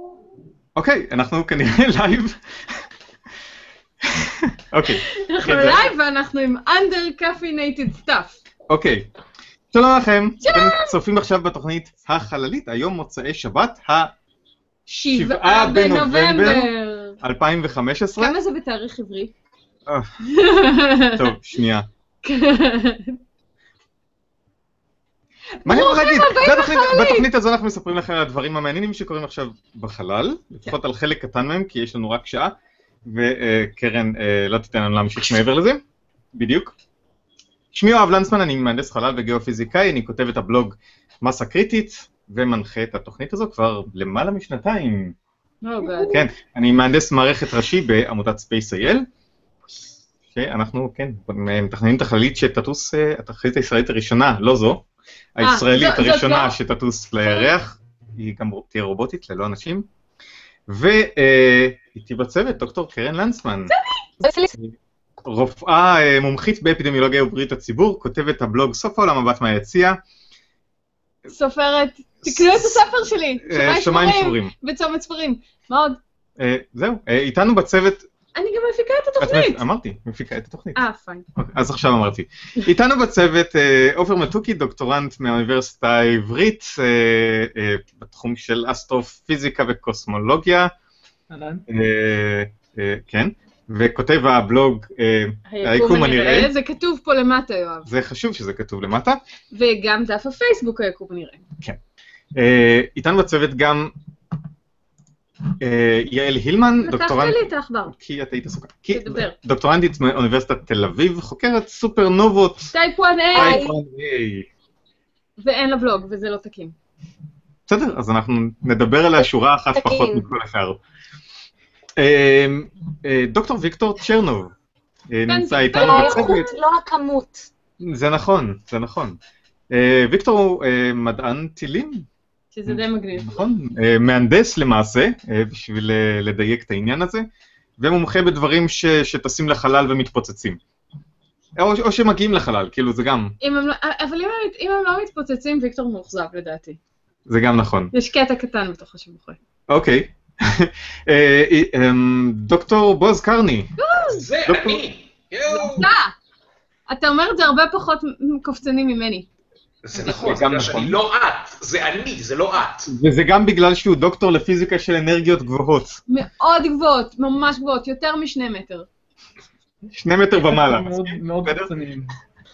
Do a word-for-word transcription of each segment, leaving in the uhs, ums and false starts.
אוקיי, אנחנו כנראה לייב. אוקיי. אנחנו לייב ואנחנו עם under caffeinated stuff. אוקיי. שלום לכם. אתם צופים עכשיו בתוכנית החללית. היום מוצאי שבת, ה-שבעה בנובמבר אלפיים וחמש עשרה. כמה זה בתאריך עברי? טוב, שנייה. מה אני יכול להגיד? בתוכנית הזו אנחנו מספרים לכם על הדברים המעניינים שקורים עכשיו בחלל, לפחות על חלק קטן מהם, כי יש לנו רק שעה, וקרן לא תיתן לנו להמשיך מעבר לזה. בדיוק. שמי יואב לנצמן, אני מהנדס חלל וגיאופיזיקאי, אני כותב את הבלוג מסה קריטית, ומנחה את התוכנית הזו כבר למעלה משנתיים. כן, אני מהנדס מערכת ראשי בעמותת ספייס איי אל, שאנחנו, כן, מתכננים את החללית שתטוס, התחלית הישראלית הראשונה, לא זו, הישראלית הראשונה שתטוס לירח, היא גם תהיה רובוטית, ללא אנשים, ואיתי בצוות, דוקטור קרן לנצמן. רופאה מומחית באפידמיולוגיה ובריאות הציבור, כותבת את הבלוג סוף העולם מבט מהיציע. סופרת, תקנו את הספר שלי, שמיים שבורים. וצומת ספרים, מה עוד? זהו, איתנו בצוות... אני גם מפיקה את התוכנית. אמרתי, מפיקה את התוכנית. אה, פיין. אז עכשיו אמרתי. איתנו בצוות עופר מתוקי, דוקטורנט מהאוניברסיטה העברית, בתחום של אסטרופיזיקה וקוסמולוגיה. אהלן. כן. וכותב הבלוג היקום הנראה. זה כתוב פה למטה, יואב. זה חשוב שזה כתוב למטה. וגם דף הפייסבוק היקום הנראה. כן. איתנו בצוות גם יעל הילמן, דוקטורנט... לקחת לי את האחבר. כי את היית עסוקה. תדבר. דוקטורנטית מאוניברסיטת תל אביב, חוקרת סופרנובות. טייפ וואן איי. טייפ וואן איי. ואין לה בלוג, וזה לא תקין. בסדר, אז אנחנו נדבר עליה שורה אחת פחות מכל השאר. דוקטור ויקטור צ'רנוב נמצא איתנו בצוות. לא הכמות. זה נכון, זה נכון. ויקטור הוא מדען טילים. שזה די מגניב. נכון, מהנדס למעשה, בשביל לדייק את העניין הזה, ומומחה בדברים שטסים לחלל ומתפוצצים. או שמגיעים לחלל, כאילו זה גם... אבל אם הם לא מתפוצצים, ויקטור מאוכזב לדעתי. זה גם נכון. יש קטע קטן בתוך השמוחה. אוקיי. דוקטור בוז קרני. זה אני. אתה אומר את זה הרבה פחות קופצני ממני. זה נכון, זה לא את, זה אני, זה לא את. וזה גם בגלל שהוא דוקטור לפיזיקה של אנרגיות גבוהות. מאוד גבוהות, ממש גבוהות, יותר משני מטר. שני מטר ומעלה. מאוד קצניים.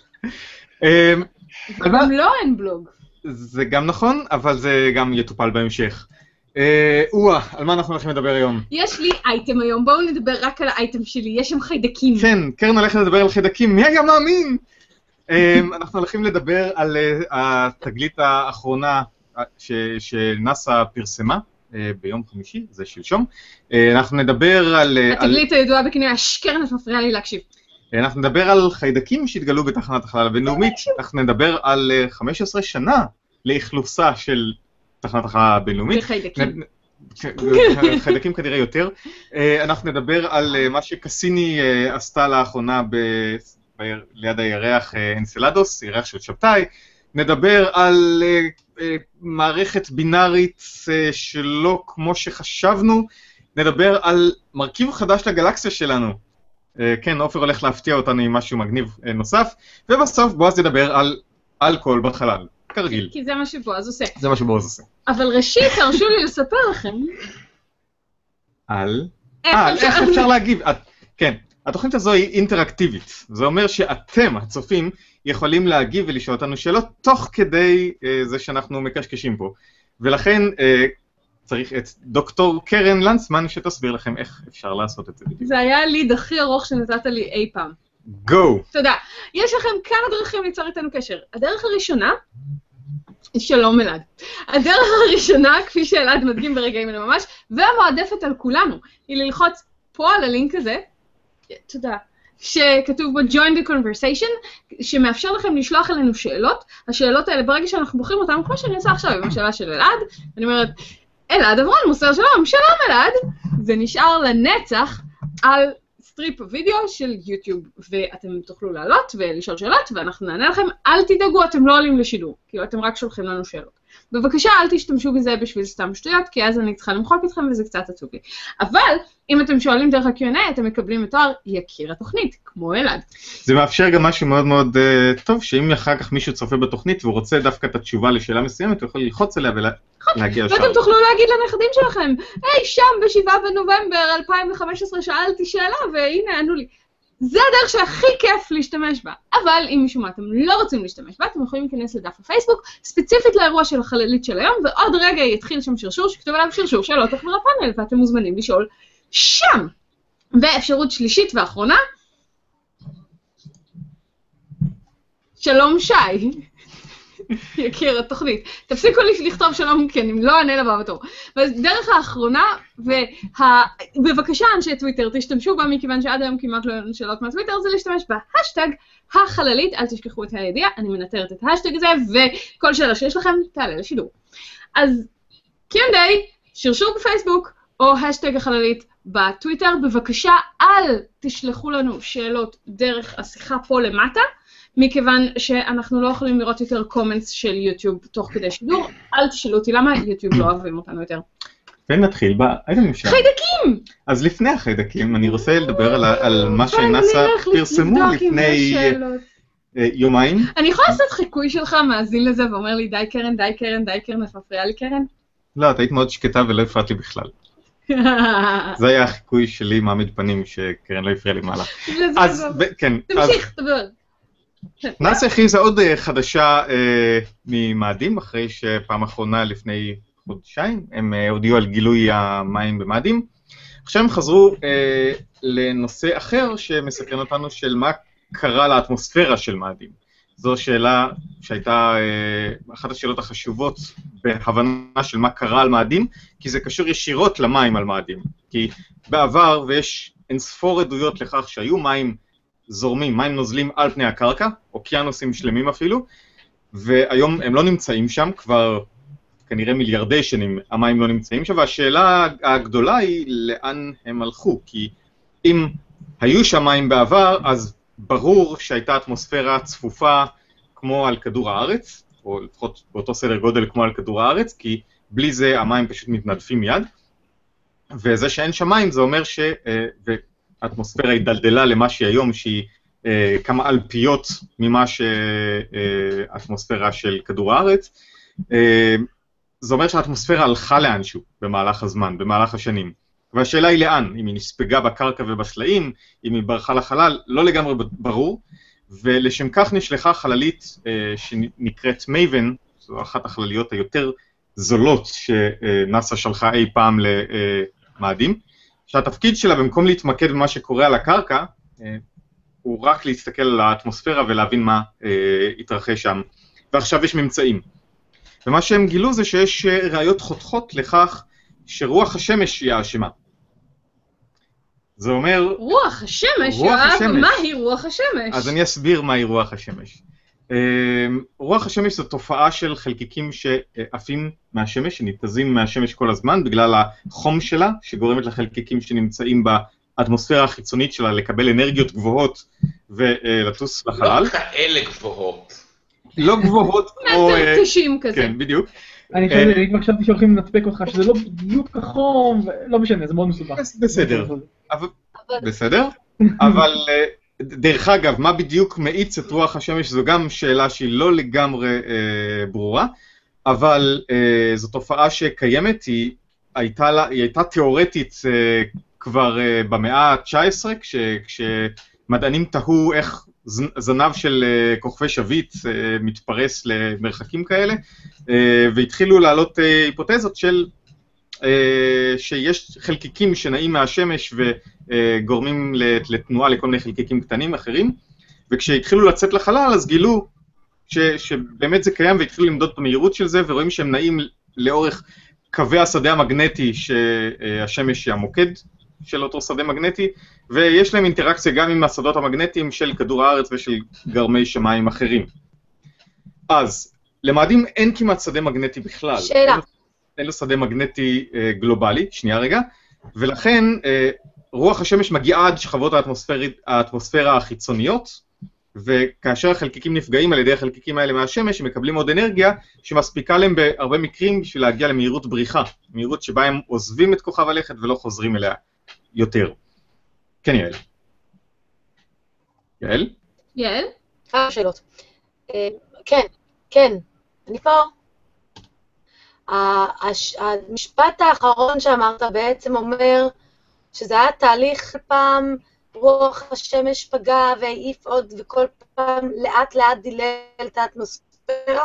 גם לא אין בלוג. זה גם נכון, אבל זה גם יטופל בהמשך. אוה, על מה אנחנו הולכים לדבר היום? יש לי אייטם היום, בואו נדבר רק על האייטם שלי, יש שם חיידקים. כן, קרן הולכת לדבר על חיידקים, מי היה מאמין? אנחנו הולכים לדבר על התגלית האחרונה שנאסא פרסמה ביום חמישי, זה שלשום. אנחנו נדבר על... התגלית הידועה בכינוי קרן, את מפריעה לי להקשיב. אנחנו נדבר על חיידקים שהתגלו בתחנת החלל הבינלאומית, אנחנו נדבר על חמש עשרה שנה לאכלוסה של תחנת החלל הבינלאומית. וחיידקים. חיידקים כנראה יותר. אנחנו נדבר על מה שקסיני עשתה לאחרונה ליד הירח אנסלדוס, ירח של שבתאי. נדבר על מערכת בינארית שלא כמו שחשבנו. נדבר על מרכיב חדש לגלקסיה שלנו. כן, עופר הולך להפתיע אותנו עם משהו מגניב נוסף. ובסוף בועז ידבר על אלכוהול בחלל. כרגיל. כי זה מה שבועז עושה. זה מה שבועז עושה. אבל ראשית, תרשו לי לספר לכם. על? אה, איך אפשר להגיב? כן, התוכנית הזו היא אינטראקטיבית. זה אומר שאתם, הצופים, יכולים להגיב ולשאול אותנו שאלות תוך כדי זה שאנחנו מקשקשים פה. ולכן צריך את דוקטור קרן לנצמן שתסביר לכם איך אפשר לעשות את זה. זה היה הליד הכי ארוך שנתת לי אי פעם. גו! תודה. יש לכם כמה דרכים ליצור איתנו קשר. הדרך הראשונה, שלום אלעד. הדרך הראשונה, כפי שאלעד מדגים ברגעים אלה ממש, והמועדפת על כולנו, היא ללחוץ פה על הלינק הזה, תודה, שכתוב בו Join the Conversation, שמאפשר לכם לשלוח אלינו שאלות. השאלות האלה, ברגע שאנחנו בוחרים אותם, כמו שאני עושה עכשיו עם השאלה של אלעד, אני אומרת, אלעד אברון, מוסר שלום, שלום אלעד, זה נשאר לנצח על סטריפ וידאו של יוטיוב, ואתם תוכלו לעלות ולשאול שאלות, ואנחנו נענה לכם, אל תדאגו, אתם לא עולים לשידור, כאילו אתם רק שולחים לנו שאלות. בבקשה אל תשתמשו בזה בשביל סתם שטויות, כי אז אני צריכה למחוק אתכם וזה קצת עצוב לי. אבל אם אתם שואלים דרך ה-קיו אנד איי, אתם מקבלים את תואר יקיר התוכנית, כמו אלעד. זה מאפשר גם משהו מאוד מאוד uh, טוב, שאם אחר כך מישהו צופה בתוכנית והוא רוצה דווקא את התשובה לשאלה מסוימת, הוא יכול ללחוץ עליה ולהגיע לשם. ואתם תוכלו להגיד לנכדים שלכם, היי, שם בשבעה בנובמבר אלפיים וחמש עשרה שאלתי שאלה, והנה ענו לי. זה הדרך שהכי כיף להשתמש בה. אבל אם משום מה אתם לא רוצים להשתמש בה, אתם יכולים להיכנס לדף הפייסבוק, ספציפית לאירוע של החללית של היום, ועוד רגע יתחיל שם שרשור שכתוב עליו שרשור שאלות אחר הפאנל, ואתם מוזמנים לשאול שם. ואפשרות שלישית ואחרונה, שלום שי, יקיר התוכנית. תפסיקו לי לכתוב שלום, כי אני לא אענה לבא בתור. ודרך האחרונה, ובבקשה אנשי טוויטר, תשתמשו בה, מכיוון שעד היום כמעט לא היו שאלות מהטוויטר, זה להשתמש בהשטג החללית, אל תשכחו את הידיעה, אני מנטרת את ההשטג הזה, וכל שאלה שיש לכם תעלה לשידור. אז קיו אנד איי, שרשור בפייסבוק, או השטג החללית בטוויטר, בבקשה אל תשלחו לנו שאלות דרך השיחה פה למטה, מכיוון שאנחנו לא יכולים לראות יותר קומנטס של יוטיוב תוך כדי שידור, אל תשאלו אותי למה יוטיוב לא אוהבים אותנו יותר. ונתחיל באייטמים שם. חיידקים! אז לפני החיידקים, אני רוצה לדבר על, על מה שנאס"א פרסמו לפני יומיים. אני יכולה לעשות חיקוי שלך, מאזין לזה, ואומר לי די קרן, די קרן, די קרן, את מפריעה לי קרן? לא, את היית מאוד שקטה ולא הפרעת לי בכלל. זה היה החיקוי שלי מעמיד פנים שקרן לא הפריעה לי מעלה. אז, כן. תמשיך, תדבר. נאס"א הכריזה עוד חדשה ממאדים, אחרי שפעם האחרונה לפני חודשיים, הם הודיעו על גילוי המים במאדים. עכשיו הם חזרו לנושא אחר שמסקרן אותנו של מה קרה לאטמוספירה של מאדים. זו שאלה שהייתה אחת השאלות החשובות בהבנה של מה קרה על מאדים, כי זה קשור ישירות למים על מאדים. כי בעבר, ויש אינספור עדויות לכך שהיו מים זורמים, מים נוזלים על פני הקרקע, אוקיינוסים שלמים אפילו, והיום הם לא נמצאים שם, כבר כנראה מיליארדי שנים המים לא נמצאים שם, והשאלה הגדולה היא לאן הם הלכו, כי אם היו שם מים בעבר, אז ברור שהייתה אטמוספירה צפופה כמו על כדור הארץ, או לפחות באותו סדר גודל כמו על כדור הארץ, כי בלי זה המים פשוט מתנדפים מיד, וזה שאין שם מים זה אומר ש... האטמוספירה היא דלדלה למה שהיא היום, שהיא אה, כמה אלפיות ממה שהאטמוספירה אה, של כדור הארץ. אה, זה אומר שהאטמוספירה הלכה לאנשהו במהלך הזמן, במהלך השנים. והשאלה היא לאן, אם היא נספגה בקרקע ובסלעים, אם היא ברחה לחלל, לא לגמרי ברור. ולשם כך נשלחה חללית אה, שנקראת מייבן, זו אחת החלליות היותר זולות שנאס"א שלחה אי פעם למאדים. שהתפקיד שלה, במקום להתמקד במה שקורה על הקרקע, הוא רק להסתכל על האטמוספירה ולהבין מה התרחש שם. ועכשיו יש ממצאים. ומה שהם גילו זה שיש ראיות חותכות לכך שרוח השמש היא האשמה. זה אומר... רוח השמש? רוח השמש. מה היא רוח השמש? אז אני אסביר מהי רוח השמש. רוח השמש זו תופעה של חלקיקים שעפים מהשמש, שניתזים מהשמש כל הזמן, בגלל החום שלה, שגורמת לחלקיקים שנמצאים באטמוספירה החיצונית שלה לקבל אנרגיות גבוהות ולטוס לחלל. לא כאלה גבוהות. לא גבוהות כמו... מטר תשעים כזה. כן, בדיוק. אני כבר חשבתי שהולכים לנתפק אותך, שזה לא בדיוק החום, לא משנה, זה מאוד מסובך. בסדר. בסדר? אבל... דרך אגב, מה בדיוק מאיץ את רוח השמש זו גם שאלה שהיא לא לגמרי אה, ברורה, אבל אה, זו תופעה שקיימת, היא הייתה, לה, היא הייתה תיאורטית אה, כבר אה, במאה ה-תשע עשרה, כש, כשמדענים תהו איך זנב של אה, כוכבי שביט אה, מתפרס למרחקים כאלה, אה, והתחילו לעלות אה, היפותזות של... שיש חלקיקים שנעים מהשמש וגורמים לתנועה לכל מיני חלקיקים קטנים אחרים, וכשהתחילו לצאת לחלל אז גילו ש, שבאמת זה קיים והתחילו למדוד את המהירות של זה, ורואים שהם נעים לאורך קווי השדה המגנטי שהשמש היא המוקד של אותו שדה מגנטי, ויש להם אינטראקציה גם עם השדות המגנטיים של כדור הארץ ושל גרמי שמיים אחרים. אז למאדים אין כמעט שדה מגנטי בכלל. שאלה. אין לו שדה מגנטי אה, גלובלי, שנייה רגע, ולכן אה, רוח השמש מגיעה עד שכבות האטמוספירה החיצוניות, וכאשר החלקיקים נפגעים על ידי החלקיקים האלה מהשמש, הם מקבלים עוד אנרגיה שמספיקה להם בהרבה מקרים בשביל להגיע למהירות בריחה, מהירות שבה הם עוזבים את כוכב הלכת ולא חוזרים אליה יותר. כן, יעל. יעל? יעל? כמה שאלות. כן, כן, אני פה. המשפט האחרון שאמרת בעצם אומר שזה היה תהליך פעם, רוח השמש פגע והעיף עוד וכל פעם לאט לאט דילל את האטמוספירה,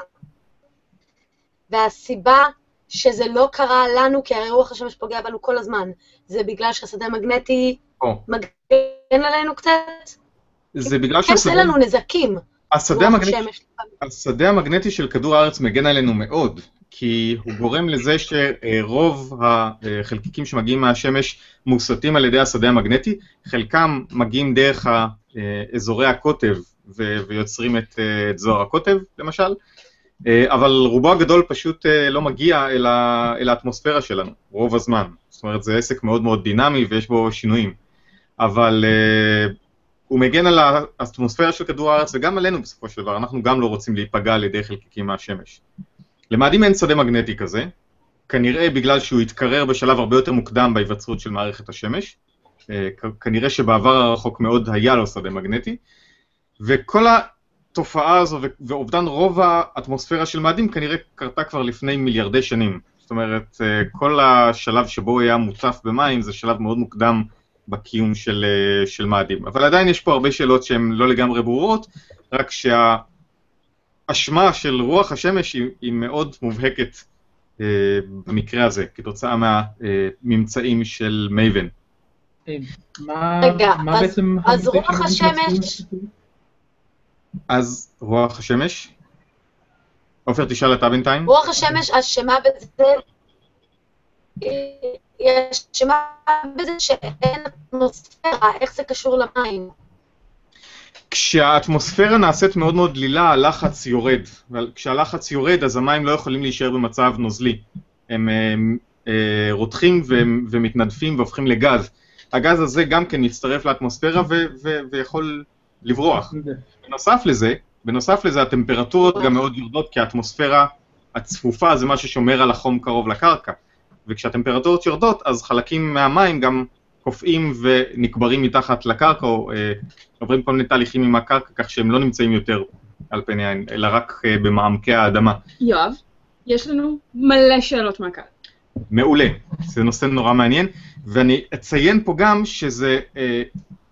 והסיבה שזה לא קרה לנו, כי הרי רוח השמש פוגע בנו כל הזמן, זה בגלל שהשדה המגנטי מגן עלינו קצת? זה בגלל שהשדה... כן, זה לנו נזקים. השדה המגנטי, השדה המגנטי של כדור הארץ מגן עלינו מאוד, כי הוא גורם לזה שרוב החלקיקים שמגיעים מהשמש מוסטים על ידי השדה המגנטי, חלקם מגיעים דרך אזורי הקוטב ויוצרים את זוהר הקוטב, למשל, אבל רובו הגדול פשוט לא מגיע אל האטמוספירה שלנו, רוב הזמן. זאת אומרת, זה עסק מאוד מאוד דינמי ויש בו שינויים. אבל הוא מגן על האטמוספירה של כדור הארץ וגם עלינו בסופו של דבר, אנחנו גם לא רוצים להיפגע על ידי חלקיקים מהשמש. למאדים אין שדה מגנטי כזה, כנראה בגלל שהוא התקרר בשלב הרבה יותר מוקדם בהיווצרות של מערכת השמש, כנראה שבעבר הרחוק מאוד היה לו שדה מגנטי, וכל התופעה הזו ואובדן רוב האטמוספירה של מאדים כנראה קרתה כבר לפני מיליארדי שנים. זאת אומרת, כל השלב שבו הוא היה מוצף במים זה שלב מאוד מוקדם בקיום של, של מאדים. אבל עדיין יש פה הרבה שאלות שהן לא לגמרי ברורות, רק שה... השמה של רוח השמש היא, היא מאוד מובהקת אה, במקרה הזה, כתוצאה מהממצאים אה, של מייבן. מה, רגע, מה אז, בעצם אז רוח השמש... אז רוח השמש? עופר, תשאל אתה בינתיים. רוח השמש אשמה בזה... היא אשמה בזה שאין אטמוספירה, איך זה קשור למים? כשהאטמוספירה נעשית מאוד מאוד דלילה, הלחץ יורד. כשהלחץ יורד, אז המים לא יכולים להישאר במצב נוזלי. הם אה, אה, רותחים ו- ומתנדפים והופכים לגז. הגז הזה גם כן מצטרף לאטמוספירה ו- ו- ויכול לברוח. בנוסף לזה, בנוסף לזה, הטמפרטורות גם מאוד יורדות, כי האטמוספירה הצפופה זה מה ששומר על החום קרוב לקרקע. וכשהטמפרטורות יורדות, אז חלקים מהמים גם קופאים ונקברים מתחת לקרקע, או אה, עוברים כל מיני תהליכים עם הקרקע, כך שהם לא נמצאים יותר על פני העין, אלא רק אה, במעמקי האדמה. יואב, יש לנו מלא שאלות מהקהל. מעולה, זה נושא נורא מעניין, ואני אציין פה גם שזה... אה,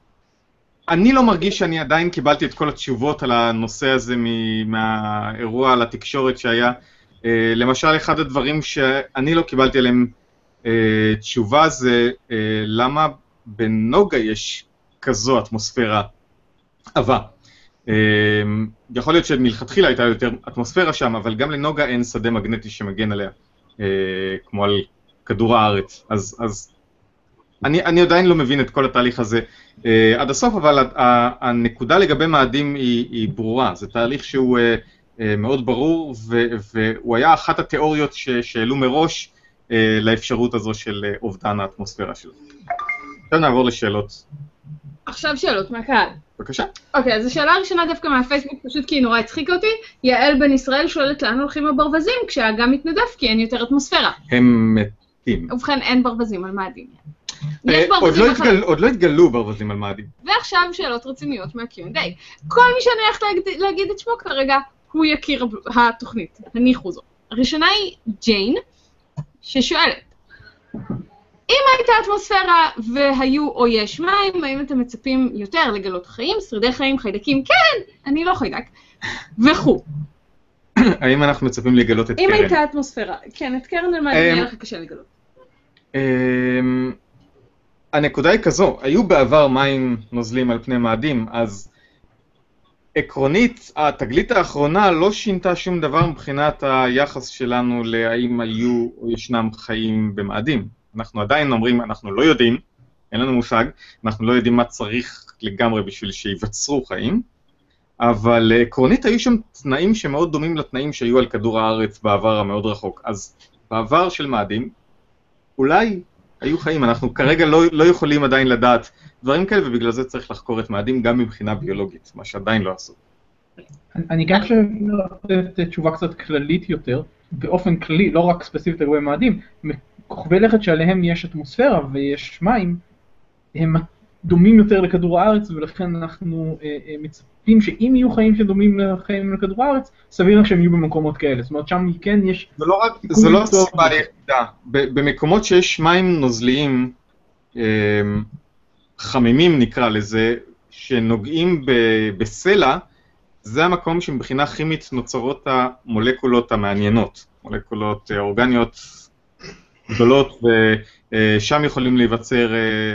אני לא מרגיש שאני עדיין קיבלתי את כל התשובות על הנושא הזה מהאירוע על התקשורת שהיה. אה, למשל, אחד הדברים שאני לא קיבלתי עליהם אה, תשובה זה אה, למה בנוגה יש כזו אטמוספירה עבה. אה, יכול להיות שמלכתחילה הייתה יותר אטמוספירה שם, אבל גם לנוגה אין שדה מגנטי שמגן עליה, אה, כמו על כדור הארץ. אז, אז אני, אני עדיין לא מבין את כל התהליך הזה אה, עד הסוף, אבל הנקודה לגבי מאדים היא, היא ברורה. זה תהליך שהוא אה, אה, מאוד ברור, ו, והוא היה אחת התיאוריות שהעלו מראש אה, לאפשרות הזו של אה, אובדן האטמוספירה שלו. עכשיו נעבור לשאלות. עכשיו שאלות מהקהל. בבקשה. אוקיי, אז השאלה הראשונה דווקא מהפייסבוק, פשוט כי היא נורא הצחיקה אותי. יעל בן ישראל שואלת לאן הולכים הברווזים כשהאגם מתנדף, כי אין יותר אטמוספירה. הם מתים. ובכן, אין ברווזים על מאדים. עוד לא התגלו ברווזים על מאדים. ועכשיו שאלות רציניות מה-קיו אנד איי. כל מי שאני הולכת להגיד את שמו כרגע, הוא יכיר התוכנית. הניחו זו. הראשונה היא ג'יין, ששואלת, אם הייתה אטמוספירה והיו או יש מים, האם אתם מצפים יותר לגלות חיים, שרידי חיים, חיידקים? כן, אני לא חיידק. וכו. האם אנחנו מצפים לגלות את קרן? אם הייתה אטמוספירה, כן, את קרן על מאדים יהיה לך קשה לגלות. הנקודה היא כזו, היו בעבר מים נוזלים על פני מאדים, אז עקרונית, התגלית האחרונה לא שינתה שום דבר מבחינת היחס שלנו להאם היו או ישנם חיים במאדים. אנחנו עדיין אומרים, אנחנו לא יודעים, אין לנו מושג, אנחנו לא יודעים מה צריך לגמרי בשביל שיווצרו חיים, אבל עקרונית היו שם תנאים שמאוד דומים לתנאים שהיו על כדור הארץ בעבר המאוד רחוק. אז בעבר של מאדים, אולי היו חיים, אנחנו כרגע לא, לא יכולים עדיין לדעת דברים כאלה, ובגלל זה צריך לחקור את מאדים גם מבחינה ביולוגית, מה שעדיין לא עשו. אני גם חושב לתת תשובה קצת כללית יותר, באופן כללי, לא רק ספציפית לגבי מאדים, כוכבי לכת שעליהם יש אטמוספירה ויש מים, הם דומים יותר לכדור הארץ, ולכן אנחנו אה, אה, מצפים שאם יהיו חיים שדומים לחיים לכדור הארץ, סביר שהם יהיו במקומות כאלה. זאת אומרת, שם כן יש... זה לא רק, זה לא הסיבה היחידה. במקומות שיש מים נוזליים, אה, חמימים נקרא לזה, שנוגעים ב- בסלע, זה המקום שמבחינה כימית נוצרות המולקולות המעניינות, מולקולות אורגניות גדולות, ושם יכולים להיווצר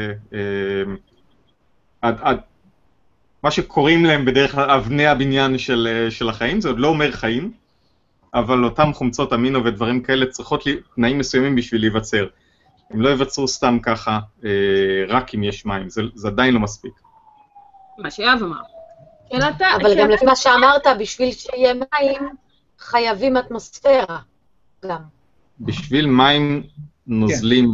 עד, עד, מה שקוראים להם בדרך כלל אבני הבניין של, של החיים, זה עוד לא אומר חיים, אבל אותם חומצות אמינו ודברים כאלה צריכות לי, תנאים מסוימים בשביל להיווצר. הם לא ייווצרו סתם ככה, רק אם יש מים, זה, זה עדיין לא מספיק. מה שיאב אמר. אבל גם לפי מה שאמרת, בשביל שיהיה מים, חייבים אטמוספירה גם. בשביל מים נוזלים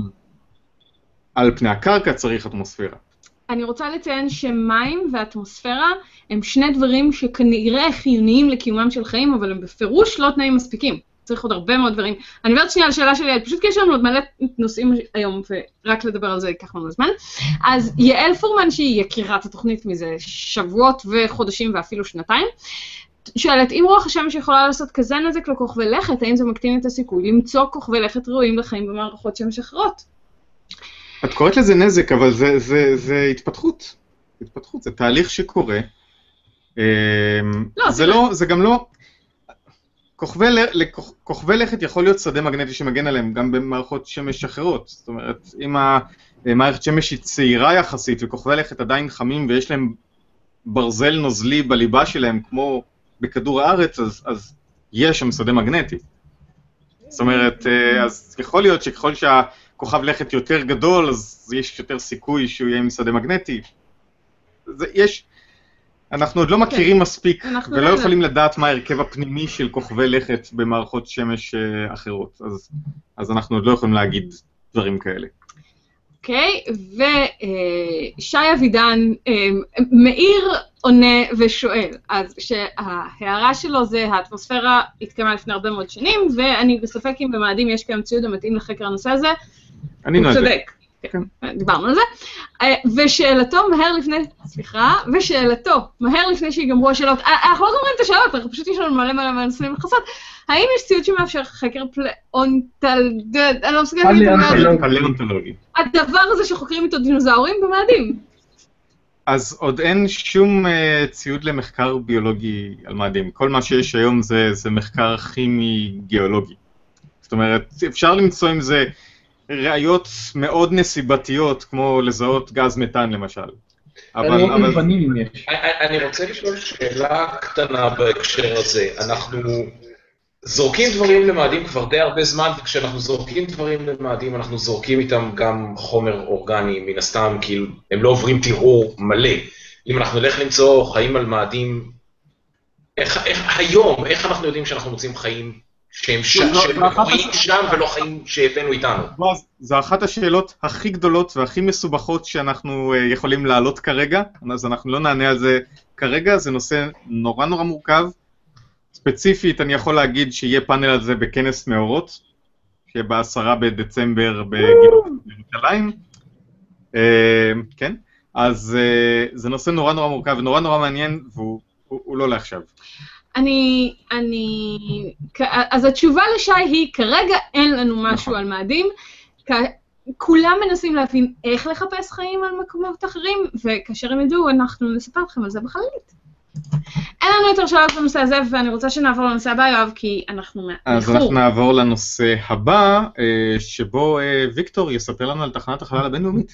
על פני הקרקע צריך אטמוספירה. אני רוצה לציין שמים ואטמוספירה הם שני דברים שכנראה חיוניים לקיומם של חיים, אבל הם בפירוש לא תנאים מספיקים. צריך עוד הרבה מאוד דברים. אני עוברת שנייה על שאלה שלי, פשוט כי יש לנו עוד מלא נושאים היום, ורק לדבר על זה ייקח לנו זמן. אז יעל פורמן, שהיא יקירת התוכנית מזה שבועות וחודשים ואפילו שנתיים, שואלת, אם רוח השמש יכולה לעשות כזה נזק לכוכבי לכת, האם זה מקטין את הסיכוי למצוא כוכבי לכת ראויים לחיים במערכות שמש אחרות? את קוראת לזה נזק, אבל זה, זה, זה התפתחות. התפתחות, זה תהליך שקורה. לא, זה, זה לא, זה גם לא... כוכבי, כוכבי לכת יכול להיות שדה מגנטי שמגן עליהם גם במערכות שמש אחרות. זאת אומרת, אם המערכת שמש היא צעירה יחסית וכוכבי לכת עדיין חמים ויש להם ברזל נוזלי בליבה שלהם כמו בכדור הארץ, אז, אז יש שם שדה מגנטי. זאת אומרת, אז יכול להיות שככל שהכוכב לכת יותר גדול, אז יש יותר סיכוי שהוא יהיה עם שדה מגנטי. זה, יש... אנחנו עוד לא מכירים מספיק, ולא יכולים לדעת מה ההרכב הפנימי של כוכבי לכת במערכות שמש אחרות, אז, אז אנחנו עוד לא יכולים להגיד דברים כאלה. אוקיי, ושי אבידן מאיר עונה ושואל, אז שההערה שלו זה האטמוספירה התקיימה לפני הרבה מאוד שנים, ואני בספק אם במאדים יש כאן ציוד המתאים לחקר הנושא הזה, הוא צודק. דיברנו על זה, ושאלתו מהר לפני, סליחה, ושאלתו מהר לפני שיגמרו השאלות, אנחנו לא גומרים את השאלות, אנחנו פשוט יש לנו מלא מלא מלא נושאים לחסות, האם יש ציוד שמאפשר חקר פלאונטולוגי, אני לא מסוגלת להגיד, פלאונטולוגי, הדבר הזה שחוקרים איתו דינוזאורים במאדים? אז עוד אין שום ציוד למחקר ביולוגי על מאדים, כל מה שיש היום זה, זה מחקר כימי גיאולוגי, זאת אומרת, אפשר למצוא עם זה ראיות מאוד נסיבתיות, כמו לזהות גז מתאן למשל. אבל... אני רוצה לשאול שאלה קטנה בהקשר הזה. אנחנו זורקים דברים למאדים כבר די הרבה זמן, וכשאנחנו זורקים דברים למאדים, אנחנו זורקים איתם גם חומר אורגני, מן הסתם, כי הם לא עוברים טיהור מלא. אם אנחנו נלך למצוא חיים על מאדים, איך, איך, היום, איך אנחנו יודעים שאנחנו מוצאים חיים שהם חיים שם ולא חיים שהבאנו איתנו? זו אחת השאלות הכי גדולות והכי מסובכות שאנחנו יכולים להעלות כרגע, אז אנחנו לא נענה על זה כרגע, זה נושא נורא נורא מורכב. ספציפית אני יכול להגיד שיהיה פאנל על זה בכנס מאורות, שיהיה בעשרה בדצמבר בירושלים. כן, אז זה נושא נורא נורא מורכב ונורא נורא מעניין, והוא לא לעכשיו. אני, אני, אז התשובה לשי היא, כרגע אין לנו משהו על מאדים, כולם מנסים להבין איך לחפש חיים על מקומות אחרים, וכאשר הם ידעו, אנחנו נספר לכם על זה בחללית. אין לנו יותר שאלות בנושא הזה, ואני רוצה שנעבור לנושא הבא, יואב, כי אנחנו מאחור. אז אנחנו נעבור לנושא הבא, שבו ויקטור יספר לנו על תחנת החלל הבינלאומית.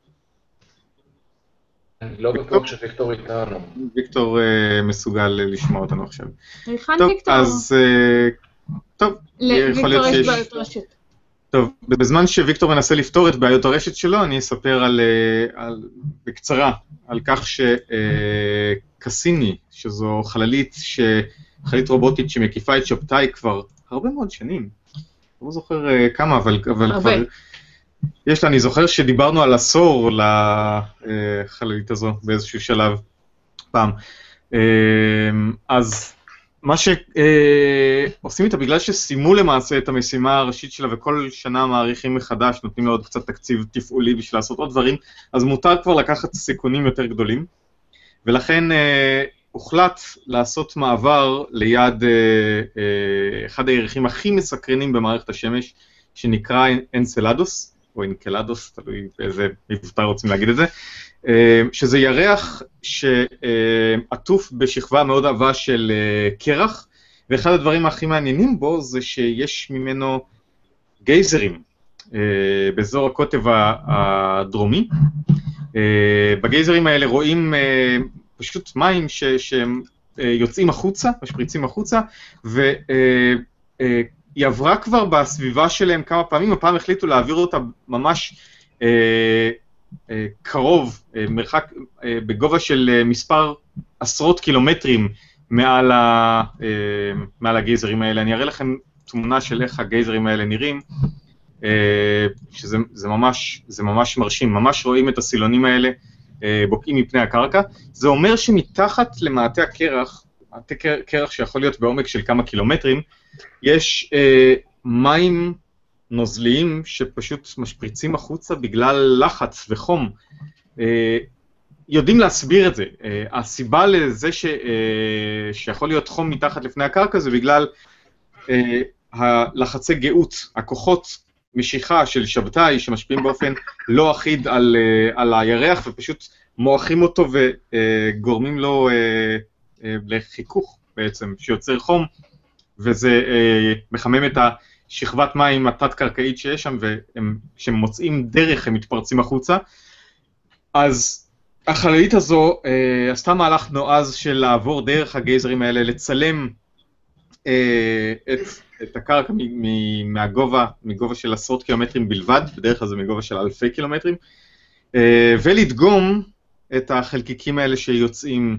אני לא בטוח שוויקטור איתנו. ויקטור מסוגל לשמוע אותנו עכשיו. היכן ויקטור? טוב, אז... טוב, יכול להיות שיש... בעיות רשת. טוב, בזמן שוויקטור מנסה לפתור את בעיות הרשת שלו, אני אספר על, על, בקצרה על כך שקסיני, שזו חללית, ש, חללית רובוטית שמקיפה את שבתאי כבר הרבה מאוד שנים. לא זוכר כמה, אבל, אבל כבר... יש לה, אני זוכר שדיברנו על עשור לחללית הזו באיזשהו שלב פעם. אז מה שעושים איתה, בגלל שסיימו למעשה את המשימה הראשית שלה וכל שנה מעריכים מחדש, נותנים לה עוד קצת תקציב תפעולי בשביל לעשות עוד דברים, אז מותר כבר לקחת סיכונים יותר גדולים, ולכן הוחלט לעשות מעבר ליד אחד הירחים הכי מסקרנים במערכת השמש, שנקרא אנסלדוס, או אנקלדוס, תלוי באיזה מבטא רוצים להגיד את זה, שזה ירח שעטוף בשכבה מאוד עבה של קרח, ואחד הדברים הכי מעניינים בו זה שיש ממנו גייזרים באזור הקוטב הדרומי. בגייזרים האלה רואים פשוט מים שהם יוצאים החוצה, משפריצים החוצה, ו... היא עברה כבר בסביבה שלהם כמה פעמים, הפעם החליטו להעביר אותה ממש אה, אה, קרוב, אה, מרחק, אה, בגובה של אה, מספר עשרות קילומטרים מעל, ה, אה, מעל הגייזרים האלה. אני אראה לכם תמונה של איך הגייזרים האלה נראים, אה, שזה זה ממש, זה ממש מרשים, ממש רואים את הסילונים האלה אה, בוקעים מפני הקרקע. זה אומר שמתחת למעטה הקרח, מעטה קרח שיכול להיות בעומק של כמה קילומטרים, יש אה, מים נוזליים שפשוט משפריצים החוצה בגלל לחץ וחום. אה, יודעים להסביר את זה. אה, הסיבה לזה ש, אה, שיכול להיות חום מתחת לפני הקרקע זה בגלל אה, הלחצי גאות, הכוחות משיכה של שבתאי שמשפיעים באופן לא אחיד על, אה, על הירח ופשוט מועכים אותו וגורמים לו אה, אה, לחיכוך בעצם שיוצר חום. וזה אה, מחמם את השכבת מים התת-קרקעית שיש שם, וכשהם מוצאים דרך הם מתפרצים החוצה. אז החללית הזו אה, עשתה מהלך נועז של לעבור דרך הגייזרים האלה, לצלם אה, את, את הקרקע מ, מ, מהגובה, מגובה של עשרות קילומטרים בלבד, בדרך כלל זה מגובה של אלפי קילומטרים, אה, ולדגום את החלקיקים האלה שיוצאים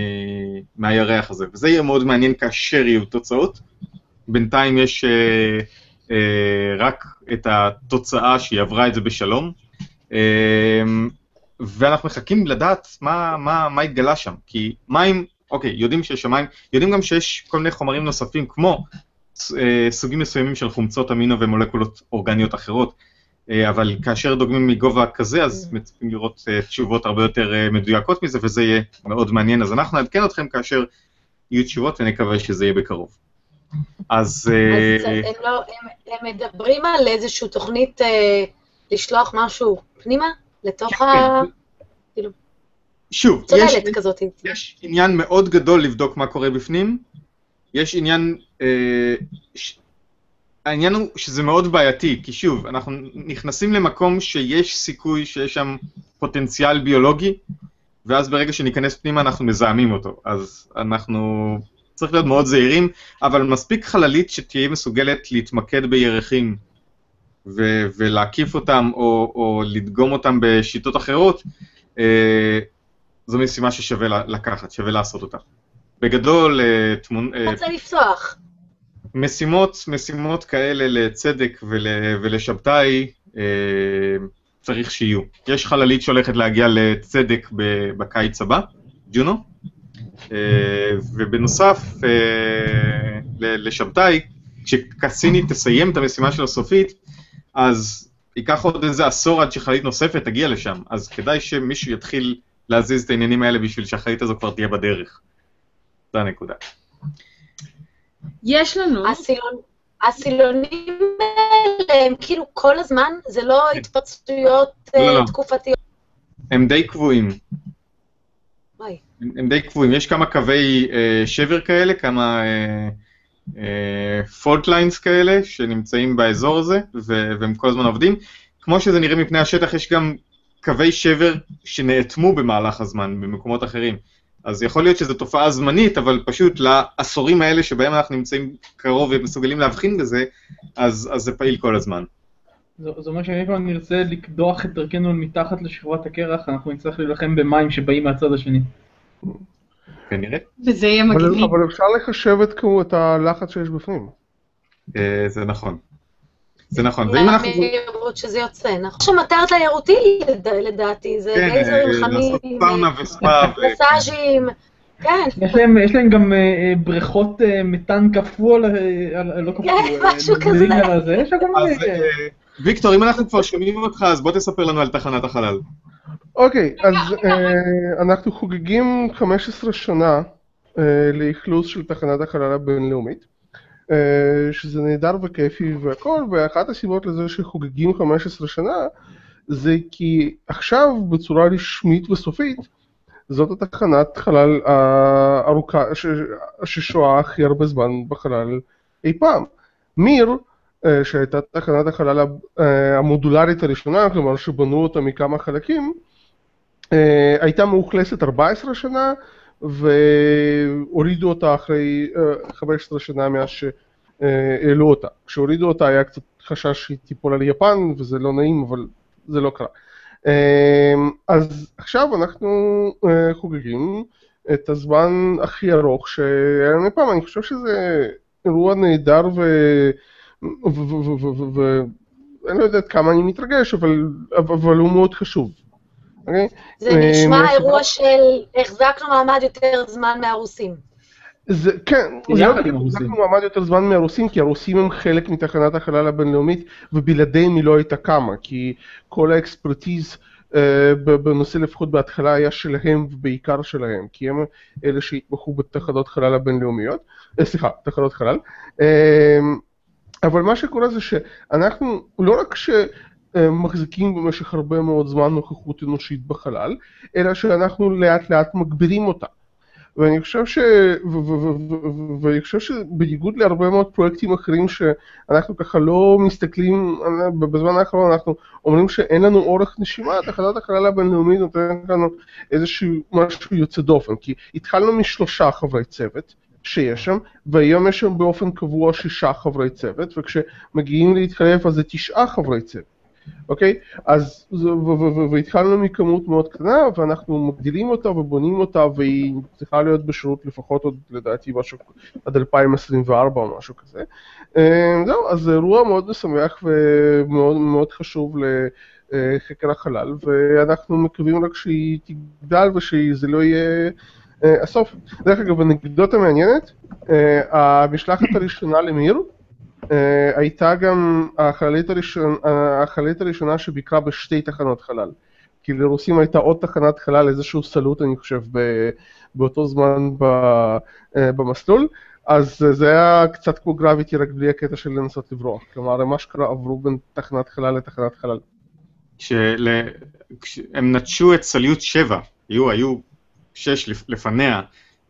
מהירח הזה, וזה יהיה מאוד מעניין כאשר יהיו תוצאות. בינתיים יש אה, אה, רק את התוצאה שהיא עברה את זה בשלום, אה, ואנחנו מחכים לדעת מה, מה, מה התגלה שם, כי מים, אוקיי, יודעים שיש מים, יודעים גם שיש כל מיני חומרים נוספים, כמו אה, סוגים מסוימים של חומצות אמינו ומולקולות אורגניות אחרות, אבל כאשר דוגמים מגובה כזה, אז מצפים לראות תשובות הרבה יותר מדויקות מזה, וזה יהיה מאוד מעניין. אז אנחנו נעדכן אתכם כאשר יהיו תשובות, ונקווה שזה יהיה בקרוב. אז... אז הם, לא, הם, הם מדברים על איזושהי תוכנית אה, לשלוח משהו פנימה? לתוך ה... כאילו... שוב, צוללת יש, כזאת. יש עניין מאוד גדול לבדוק מה קורה בפנים. יש עניין... אה, ש... העניין הוא שזה מאוד בעייתי, כי שוב, אנחנו נכנסים למקום שיש סיכוי שיש שם פוטנציאל ביולוגי, ואז ברגע שניכנס פנימה אנחנו מזהמים אותו. אז אנחנו צריך להיות מאוד זהירים, אבל מספיק חללית שתהיה מסוגלת להתמקד בירחים, ו- ולהקיף אותם או, או לדגום אותם בשיטות אחרות, אה, זו משימה ששווה לקחת, שווה לעשות אותה. בגדול, אה, תמונ... רוצה לפתוח. משימות, משימות כאלה לצדק ול, ולשבתאי אה, צריך שיהיו. יש חללית שהולכת להגיע לצדק בקיץ הבא, ג'ונו, אה, ובנוסף אה, לשבתאי, כשקסיני תסיים את המשימה של הסופית, אז ייקח עוד איזה עשור עד שחללית נוספת תגיע לשם, אז כדאי שמישהו יתחיל להזיז את העניינים האלה בשביל שהחללית הזו כבר תהיה בדרך. זו הנקודה. יש לנו... הסילון, הסילונים האלה הם כאילו כל הזמן, זה לא התפרצויות לא, לא. תקופתיות. הם די קבועים. וואי. הם, הם די קבועים. יש כמה קווי אה, שבר כאלה, כמה אה, אה, fault lines כאלה שנמצאים באזור הזה, ו- והם כל הזמן עובדים. כמו שזה נראה מפני השטח, יש גם קווי שבר שנאטמו במהלך הזמן במקומות אחרים. אז יכול להיות שזו תופעה זמנית, אבל פשוט לעשורים האלה שבהם אנחנו נמצאים קרוב ומסוגלים להבחין בזה, אז, אז זה פעיל כל הזמן. זאת אומרת שאם כבר נרצה לקדוח את דרכנו מתחת לשכבת הקרח, אנחנו נצטרך להילחם במים שבאים מהצד השני. כנראה. וזה יהיה מגניב. אבל אפשר לחשב את הלחץ שיש בפנים. זה נכון. זה נכון. ואם אנחנו... מהמהירות שזה יוצא, נכון? שמטר תיירותי לדעתי, זה גייזרים חמים, לעשות סאונה וספא. מסאז'ים, כן. יש להם גם בריכות מתאן קפוא, לא קפוא. כן, משהו כזה. אז ויקטור, אם אנחנו כבר שומעים אותך, אז בוא תספר לנו על תחנת החלל. אוקיי, אז אנחנו חוגגים חמש עשרה שנה לאכלוס של תחנת החלל הבינלאומית, שזה נהדר וכיפי והכל, ואחת הסיבות לזה שחוגגים חמש עשרה שנה, זה כי עכשיו בצורה רשמית וסופית, זאת התחנת חלל הארוכה ששואה הכי הרבה זמן בחלל אי פעם. מיר, שהייתה תחנת החלל המודולרית הראשונה, כלומר שבנו אותה מכמה חלקים, הייתה מאוכלסת ארבע עשרה שנה, והורידו אותה אחרי חמש עשרה שנה מאז שהעלו אותה. כשהורידו אותה היה קצת חשש שהיא תיפול על יפן, וזה לא נעים, אבל זה לא קרה. אז עכשיו אנחנו חוגגים את הזמן הכי ארוך שהיה לנו פעם. אני חושב שזה אירוע נהדר ו... ואני לא יודעת כמה אני מתרגש, אבל הוא מאוד חשוב. זה נשמע אירוע של החזקנו מעמד יותר זמן מהרוסים. כן, החזקנו מעמד יותר זמן מהרוסים, כי הרוסים הם חלק מתחנת החלל הבינלאומית, ובלעדיהם היא לא הייתה קמה, כי כל האקספרטיז בנושא לפחות בהתחלה היה שלהם ובעיקר שלהם, כי הם אלה שהתמחו בתחנות חלל הבינלאומיות, סליחה, תחנות חלל. אבל מה שקורה זה שאנחנו לא רק שמחזיקים במשך הרבה מאוד זמן נוכחות אנושית בחלל, אלא שאנחנו לאט לאט מגבירים אותה. ואני חושב ש... ואני חושב שבניגוד להרבה מאוד פרויקטים אחרים שאנחנו ככה לא מסתכלים, בזמן האחרון אנחנו אומרים שאין לנו אורך נשימה, תחנת החלל הבינלאומית נותנת לנו איזשהו משהו יוצא דופן, כי התחלנו משלושה חברי צוות שיש שם, והיום יש שם באופן קבוע שישה חברי צוות, וכשמגיעים להתחלף אז זה תשעה חברי צוות. אוקיי? אז, והתחלנו מכמות מאוד קטנה, ואנחנו מגדילים אותה ובונים אותה, והיא צריכה להיות בשירות לפחות עוד, לדעתי, משהו עד אלפיים עשרים וארבע או משהו כזה. זהו, אז זה אירוע מאוד משמח ומאוד מאוד חשוב לחקר החלל, ואנחנו מקווים רק שהיא תגדל ושזה לא יהיה הסוף. דרך אגב, אנקדוטה מעניינת, המשלחת הראשונה למיר, הייתה גם החללית הראשונה, החללית הראשונה שביקרה בשתי תחנות חלל. כי לרוסים הייתה עוד תחנת חלל, איזשהו סלוט, אני חושב, באותו זמן במסלול. אז זה היה קצת כמו גרביטי, רק בלי הקטע של לנסות לברוח. כלומר, הם אשכרה עברו בין תחנת חלל לתחנת חלל. כשהם נטשו את סליוט שבע, היו, היו שש לפניה,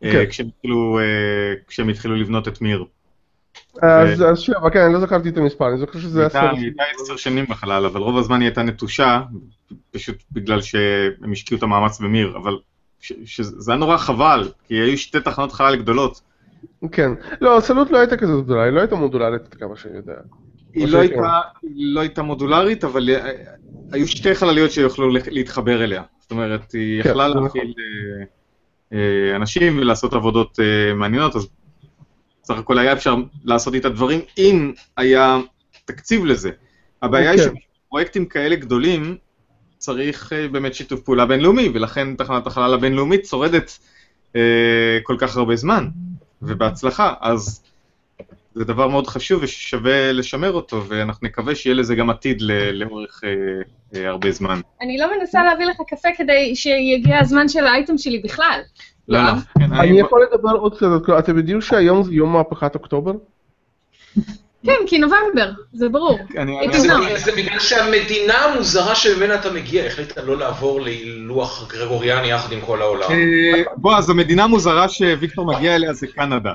כשהם התחילו לבנות את מיר. אז שבע, כן, אני לא זכרתי את המספר, אני זוכר שזה עשר... היא הייתה עשר שנים בחלל, אבל רוב הזמן היא הייתה נטושה, פשוט בגלל שהם השקיעו את המאמץ במיר, אבל זה היה נורא חבל, כי היו שתי תחנות חלל גדולות. כן, לא, סלוט לא הייתה כזאת גדולה, היא לא הייתה מודולרית כמה שאני יודע. היא לא הייתה מודולרית, אבל היו שתי חלליות שיוכלו להתחבר אליה. זאת אומרת, היא יכלה להכיל אנשים ולעשות עבודות מעניינות, אז סך הכל היה אפשר לעשות איתה דברים אם היה תקציב לזה. הבעיה היא שפרויקטים כאלה גדולים צריך באמת שיתוף פעולה בינלאומי, ולכן תחנת החלל הבינלאומית שורדת כל כך הרבה זמן, ובהצלחה. אז זה דבר מאוד חשוב ושווה לשמר אותו, ואנחנו נקווה שיהיה לזה גם עתיד לאורך הרבה זמן. אני לא מנסה להביא לך קפה כדי שיגיע הזמן של האייטם שלי בכלל. לא, לא. אני יכול לדבר עוד קצת, אתם יודעים שהיום זה יום מהפכת אוקטובר? כן, כי נובמבר, זה ברור. זה בגלל שהמדינה המוזרה שממנה אתה מגיע החליטה לא לעבור ללוח גרגוריאני יחד עם כל העולם. בוא, אז המדינה המוזרה שוויקטור מגיע אליה זה קנדה.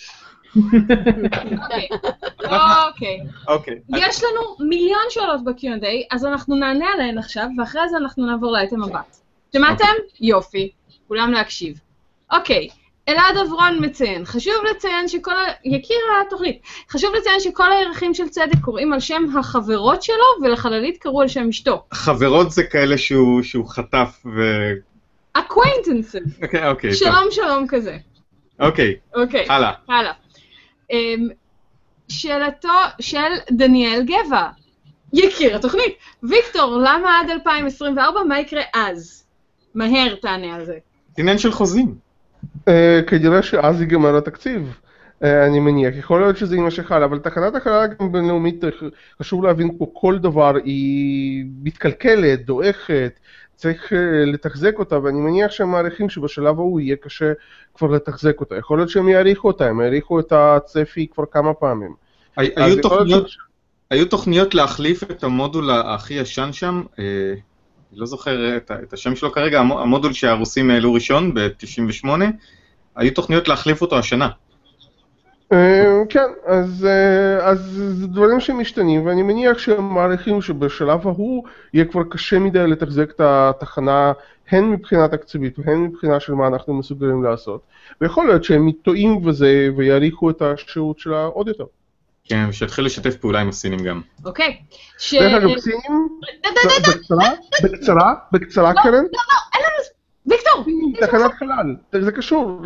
אוקיי. אוקיי. יש לנו מיליון שאלות ב-קיו אנד איי, אז אנחנו נענה עליהן עכשיו, ואחרי זה אנחנו נעבור לאייטם הבא. שמעתם? יופי. כולם להקשיב. אוקיי, אלעד אברון מציין, חשוב לציין שכל, ה... יקיר התוכנית, חשוב לציין שכל הירחים של צדק קוראים על שם החברות שלו, ולחללית קראו על שם אשתו. חברות זה כאלה שהוא, שהוא חטף ו... acquaintances. אוקיי, אוקיי. שלום שלום כזה. אוקיי, אוקיי. הלאה. הלאה. Um, שאלתו של דניאל גבע, יקיר התוכנית. ויקטור, למה עד אלפיים עשרים וארבע? מה יקרה אז? מהר תענה על זה. עניין של חוזים. כנראה שאז ייגמר התקציב. אני מניח, יכול להיות שזה יימשך הלאה, אבל תחנת החלל גם בינלאומית, חשוב להבין פה, כל דבר היא מתקלקלת, דועכת, צריך לתחזק אותה, ואני מניח שהם מעריכים שבשלב ההוא יהיה קשה כבר לתחזק אותה. יכול להיות שהם יעריכו אותה, הם יעריכו את הצפי כבר כמה פעמים. היו תוכניות, היו תוכניות להחליף את המודול הכי ישן שם, אני לא זוכר את השם שלו כרגע, המודול שהרוסים העלו ראשון ב-תשעים ושמונה, היו תוכניות להחליף אותו השנה. כן, אז, אז זה דברים שמשתנים, ואני מניח שהם מעריכים שבשלב ההוא יהיה כבר קשה מדי לתחזק את התחנה, הן מבחינה תקציבית והן מבחינה של מה אנחנו מסוגלים לעשות. ויכול להיות שהם טועים וזה, ויעריכו את השירות שלה עוד יותר. כן, שיתחיל לשתף פעולה עם הסינים גם. אוקיי. דרך אגב, סינים? בקצרה? בקצרה? בקצרה, קרן? לא, לא, אין לנו... ויקטור! תחנת חלל, זה קשור.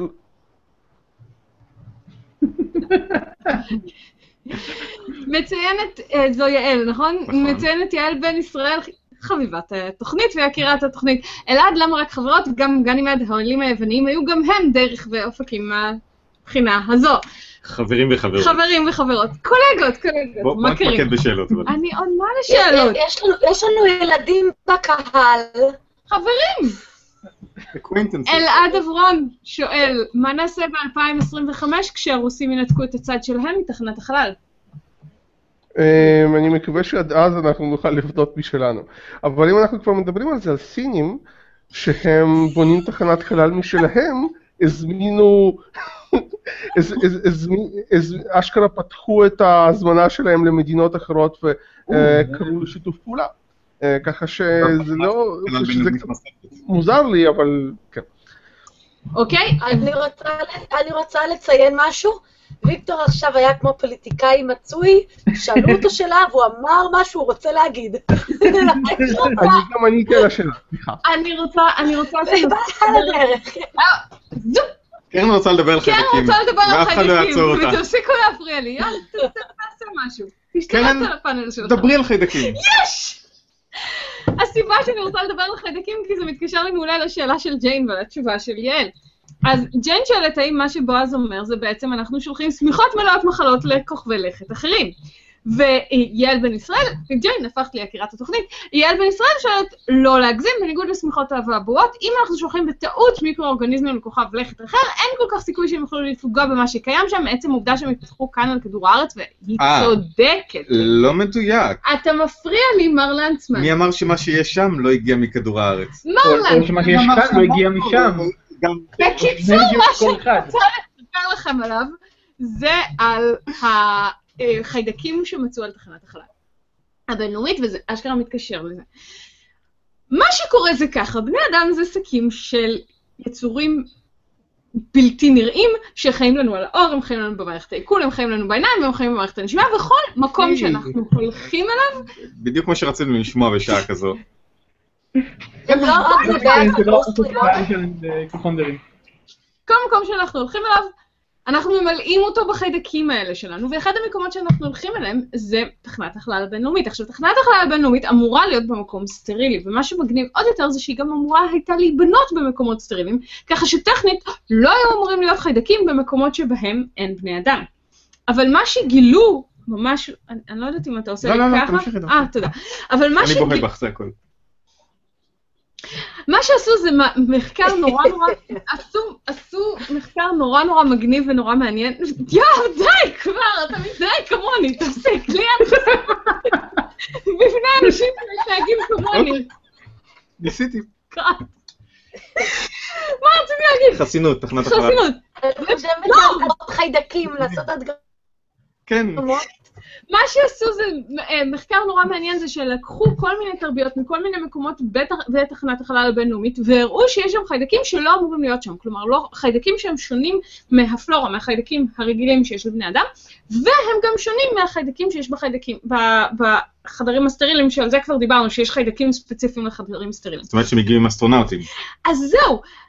מציינת, זו יעל, נכון? מציינת יעל בן ישראל, חביבת התוכנית ויקירת התוכנית. אלעד, למה רק חברות? גם גנימד, העולים היווניים, היו גם הם דרך ואופקים מהבחינה הזו. חברים וחברות. חברים וחברות. קולגות, קולגות. בוא נתמקד בשאלות. אני עונה לשאלות. יש לנו ילדים בקהל. חברים. אלעד אברון שואל, מה נעשה ב-אלפיים עשרים וחמש כשהרוסים ינתקו את הצד שלהם מתחנת החלל? אני מקווה שעד אז אנחנו נוכל לבנות משלנו. אבל אם אנחנו כבר מדברים על זה, על סינים, שהם בונים תחנת חלל משלהם, הזמינו, אשכרה פתחו את ההזמנה שלהם למדינות אחרות וקראו לשיתוף פעולה. ככה שזה לא, שזה קצת מוזר לי, אבל כן. אוקיי, אני רוצה לציין משהו. ויקטור עכשיו היה כמו פוליטיקאי מצוי, שאלו אותו שאלה והוא אמר מה שהוא רוצה להגיד. אני גם עניתי על השאלה, סליחה. אני רוצה, אני רוצה... קרן רוצה לדבר על חיידקים, קרן רוצה לדבר על ואף אחד לא יעצור אותה. ותפסיקו להפריע לי, יאללה, תעשה משהו. תשתלט על הפאנל שלך. דברי על חיידקים. יש! הסיבה שאני רוצה לדבר על חיידקים כי זה מתקשר לי מעולה לשאלה של ג'יין ולתשובה של יעל. אז ג'יין שואלת האם מה שבועז אומר זה בעצם אנחנו שולחים סמיכות מלאות מחלות לכוכבי לכת אחרים. ויעל בן ישראל, ג'יין הפכת לי יקירת התוכנית, יעל בן ישראל שואלת לא להגזים בניגוד לסמיכות האבעבועות, אם אנחנו שולחים בטעות מיקרואורגניזמים לכוכב לכת אחר, אין כל כך סיכוי שהם יוכלו לפגוע במה שקיים שם, מעצם העובדה שהם יתפתחו כאן על כדור הארץ, והיא צודקת. לא מדויק. אתה מפריע לי, מר לנצמן. מי אמר שמה שיש שם לא הגיע מכדור הארץ? מר לנצמן. או שמה שיש כאן לא הגיע משם. בקיצור, מה שאני רוצה לספר לכם עליו, זה על החיידקים שמצאו על תחנת החלל הבינלאומית, וזה אשכרה מתקשר לזה. מה שקורה זה ככה, בני אדם זה שקים של יצורים בלתי נראים, שחיים לנו על האור, הם חיים לנו במערכת העיכול, הם חיים לנו בעיניים, והם חיים במערכת הנשימה, וכל מקום שאנחנו הולכים אליו... בדיוק כמו שרצינו לשמוע בשעה כזו. הם לא רק לגעת כל מקום שאנחנו הולכים אליו, אנחנו ממלאים אותו בחיידקים האלה שלנו, ואחד המקומות שאנחנו הולכים אליהם זה תחנת החלל הבינלאומית. עכשיו, תחנת החלל הבינלאומית אמורה להיות במקום סטרילי, ומה שמגניב עוד יותר זה שהיא גם אמורה הייתה להיבנות במקומות סטריליים, ככה שטכנית לא היו אמורים להיות חיידקים במקומות שבהם אין בני אדם. אבל מה שגילו, ממש, אני, אני לא יודעת אם אתה עושה לי ככה. לא, לא, תמשיך את זה. אה, תודה. אבל מה אני שגילו... בוהה בך, זה הכל. מה שעשו זה מחקר נורא נורא, עשו, עשו מחקר נורא נורא מגניב ונורא מעניין. יואו, די כבר, אתה מדי כמוני, תפסיק, לי אני בפני אנשים שמתנהגים כמוני. ניסיתי. מה רציתי להגיד? חסינות, תחנת החלל. חסינות. אני חושבת לעשות חיידקים, לעשות הדגמות. כן. מה שעשו זה, מחקר נורא מעניין זה שלקחו כל מיני תרביות מכל מיני מקומות בתחנת החלל הבינלאומית, והראו שיש שם חיידקים שלא אמורים להיות שם, כלומר לא, חיידקים שהם שונים מהפלורה, מהחיידקים הרגילים שיש לבני אדם, והם גם שונים מהחיידקים שיש בחיידקים, בחדרים הסטריליים, שעל זה כבר דיברנו, שיש חיידקים ספציפיים לחדרים סטריליים. זאת אומרת שמגיעים אסטרונאוטים. אז זהו.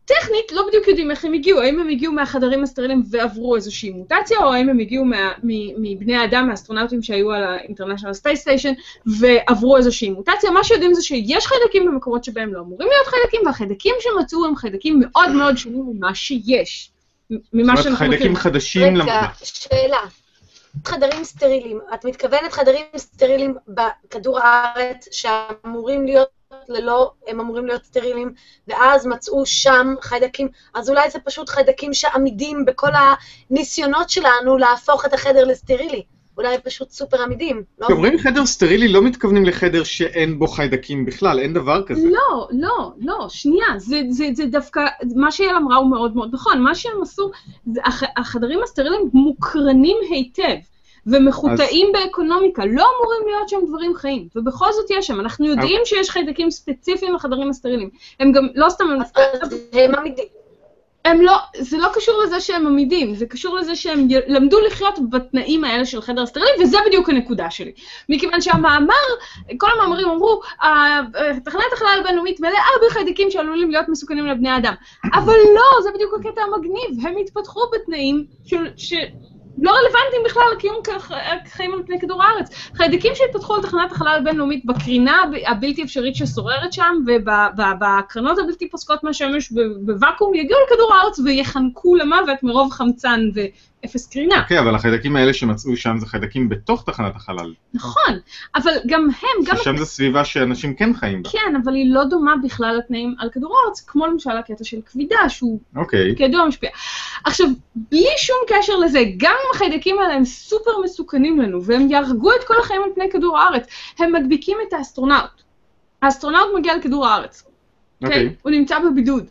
טכנית לא בדיוק יודעים איך הם הגיעו, האם הם הגיעו מהחדרים הסטריליים ועברו איזושהי מוטציה, או האם הם הגיעו מה, מבני האדם, מהאסטרונאוטים שהיו על ה-International Space Station, ועברו איזושהי מוטציה. מה שיודעים זה שיש חיידקים במקומות שבהם לא אמורים להיות חיידקים, והחיידקים שמצאו הם חיידקים מאוד מאוד שונים ממה שיש. ממה זאת אומרת, חיידקים חדשים. רגע, שאלה. חדרים סטריליים, את מתכוונת חדרים סטריליים בכדור הארץ שאמורים להיות ללא, הם אמורים להיות סטריליים, ואז מצאו שם חיידקים, אז אולי זה פשוט חיידקים שעמידים בכל הניסיונות שלנו להפוך את החדר לסטרילי. אולי פשוט סופר עמידים. כשאומרים חדר סטרילי, לא מתכוונים לחדר שאין בו חיידקים בכלל, אין דבר כזה. לא, לא, לא, שנייה, זה, זה, זה דווקא, מה שיעל אמרה הוא מאוד מאוד נכון, מה שהם עשו, הח, החדרים הסטריליים מוקרנים היטב, ומחוטאים אז... באקונומיקה, לא אמורים להיות שם דברים חיים, ובכל זאת יש שם, אנחנו יודעים שיש חיידקים ספציפיים לחדרים הסטריליים, הם גם לא סתם... אז הם עמידים. הם לא, זה לא קשור לזה שהם עמידים, זה קשור לזה שהם למדו לחיות בתנאים האלה של חדר סטרילי, וזה בדיוק הנקודה שלי. מכיוון שהמאמר, כל המאמרים אמרו, תחנת החלל הבינלאומית מלאה בחיידקים שעלולים להיות מסוכנים לבני האדם. אבל לא, זה בדיוק הקטע המגניב, הם התפתחו בתנאים של... ש... לא רלוונטיים בכלל לקיום חיים על פני כדור הארץ. חיידקים שהתפתחו על תחנת החלל הבינלאומית בקרינה הבלתי אפשרית ששוררת שם, ובקרנות הבלתי פוסקות מהשמש בוואקום, יגיעו לכדור הארץ ויחנקו למוות מרוב חמצן ואפס קרינה. אוקיי, אבל החיידקים האלה שמצאו שם זה חיידקים בתוך תחנת החלל. נכון, אבל גם הם... גם ששם זו סביבה שאנשים כן חיים בה. כן, אבל היא לא דומה בכלל לתנאים על כדור הארץ, כמו למשל הקטע של כבידה, שהוא כידוע משפיע. עכשיו, בלי שום קשר לזה, גם החיידקים האלה הם סופר מסוכנים לנו, והם יהרגו את כל החיים על פני כדור הארץ. הם מדביקים את האסטרונאוט. האסטרונאוט מגיע לכדור הארץ. אוקיי? הוא נמצא בבידוד.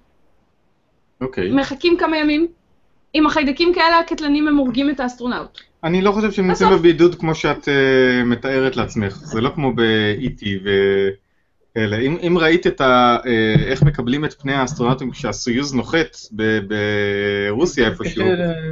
אוקיי. מחכים כמה ימים. עם החיידקים כאלה הקטלנים הם הורגים את האסטרונאוט. אני לא חושב שהם נמצאים בבידוד כמו שאת מתארת לעצמך. זה לא כמו ב-אי טי וכאלה. אם ראית את איך מקבלים את פני האסטרונאוטים כשהסויוז נוחת ברוסיה איפשהו,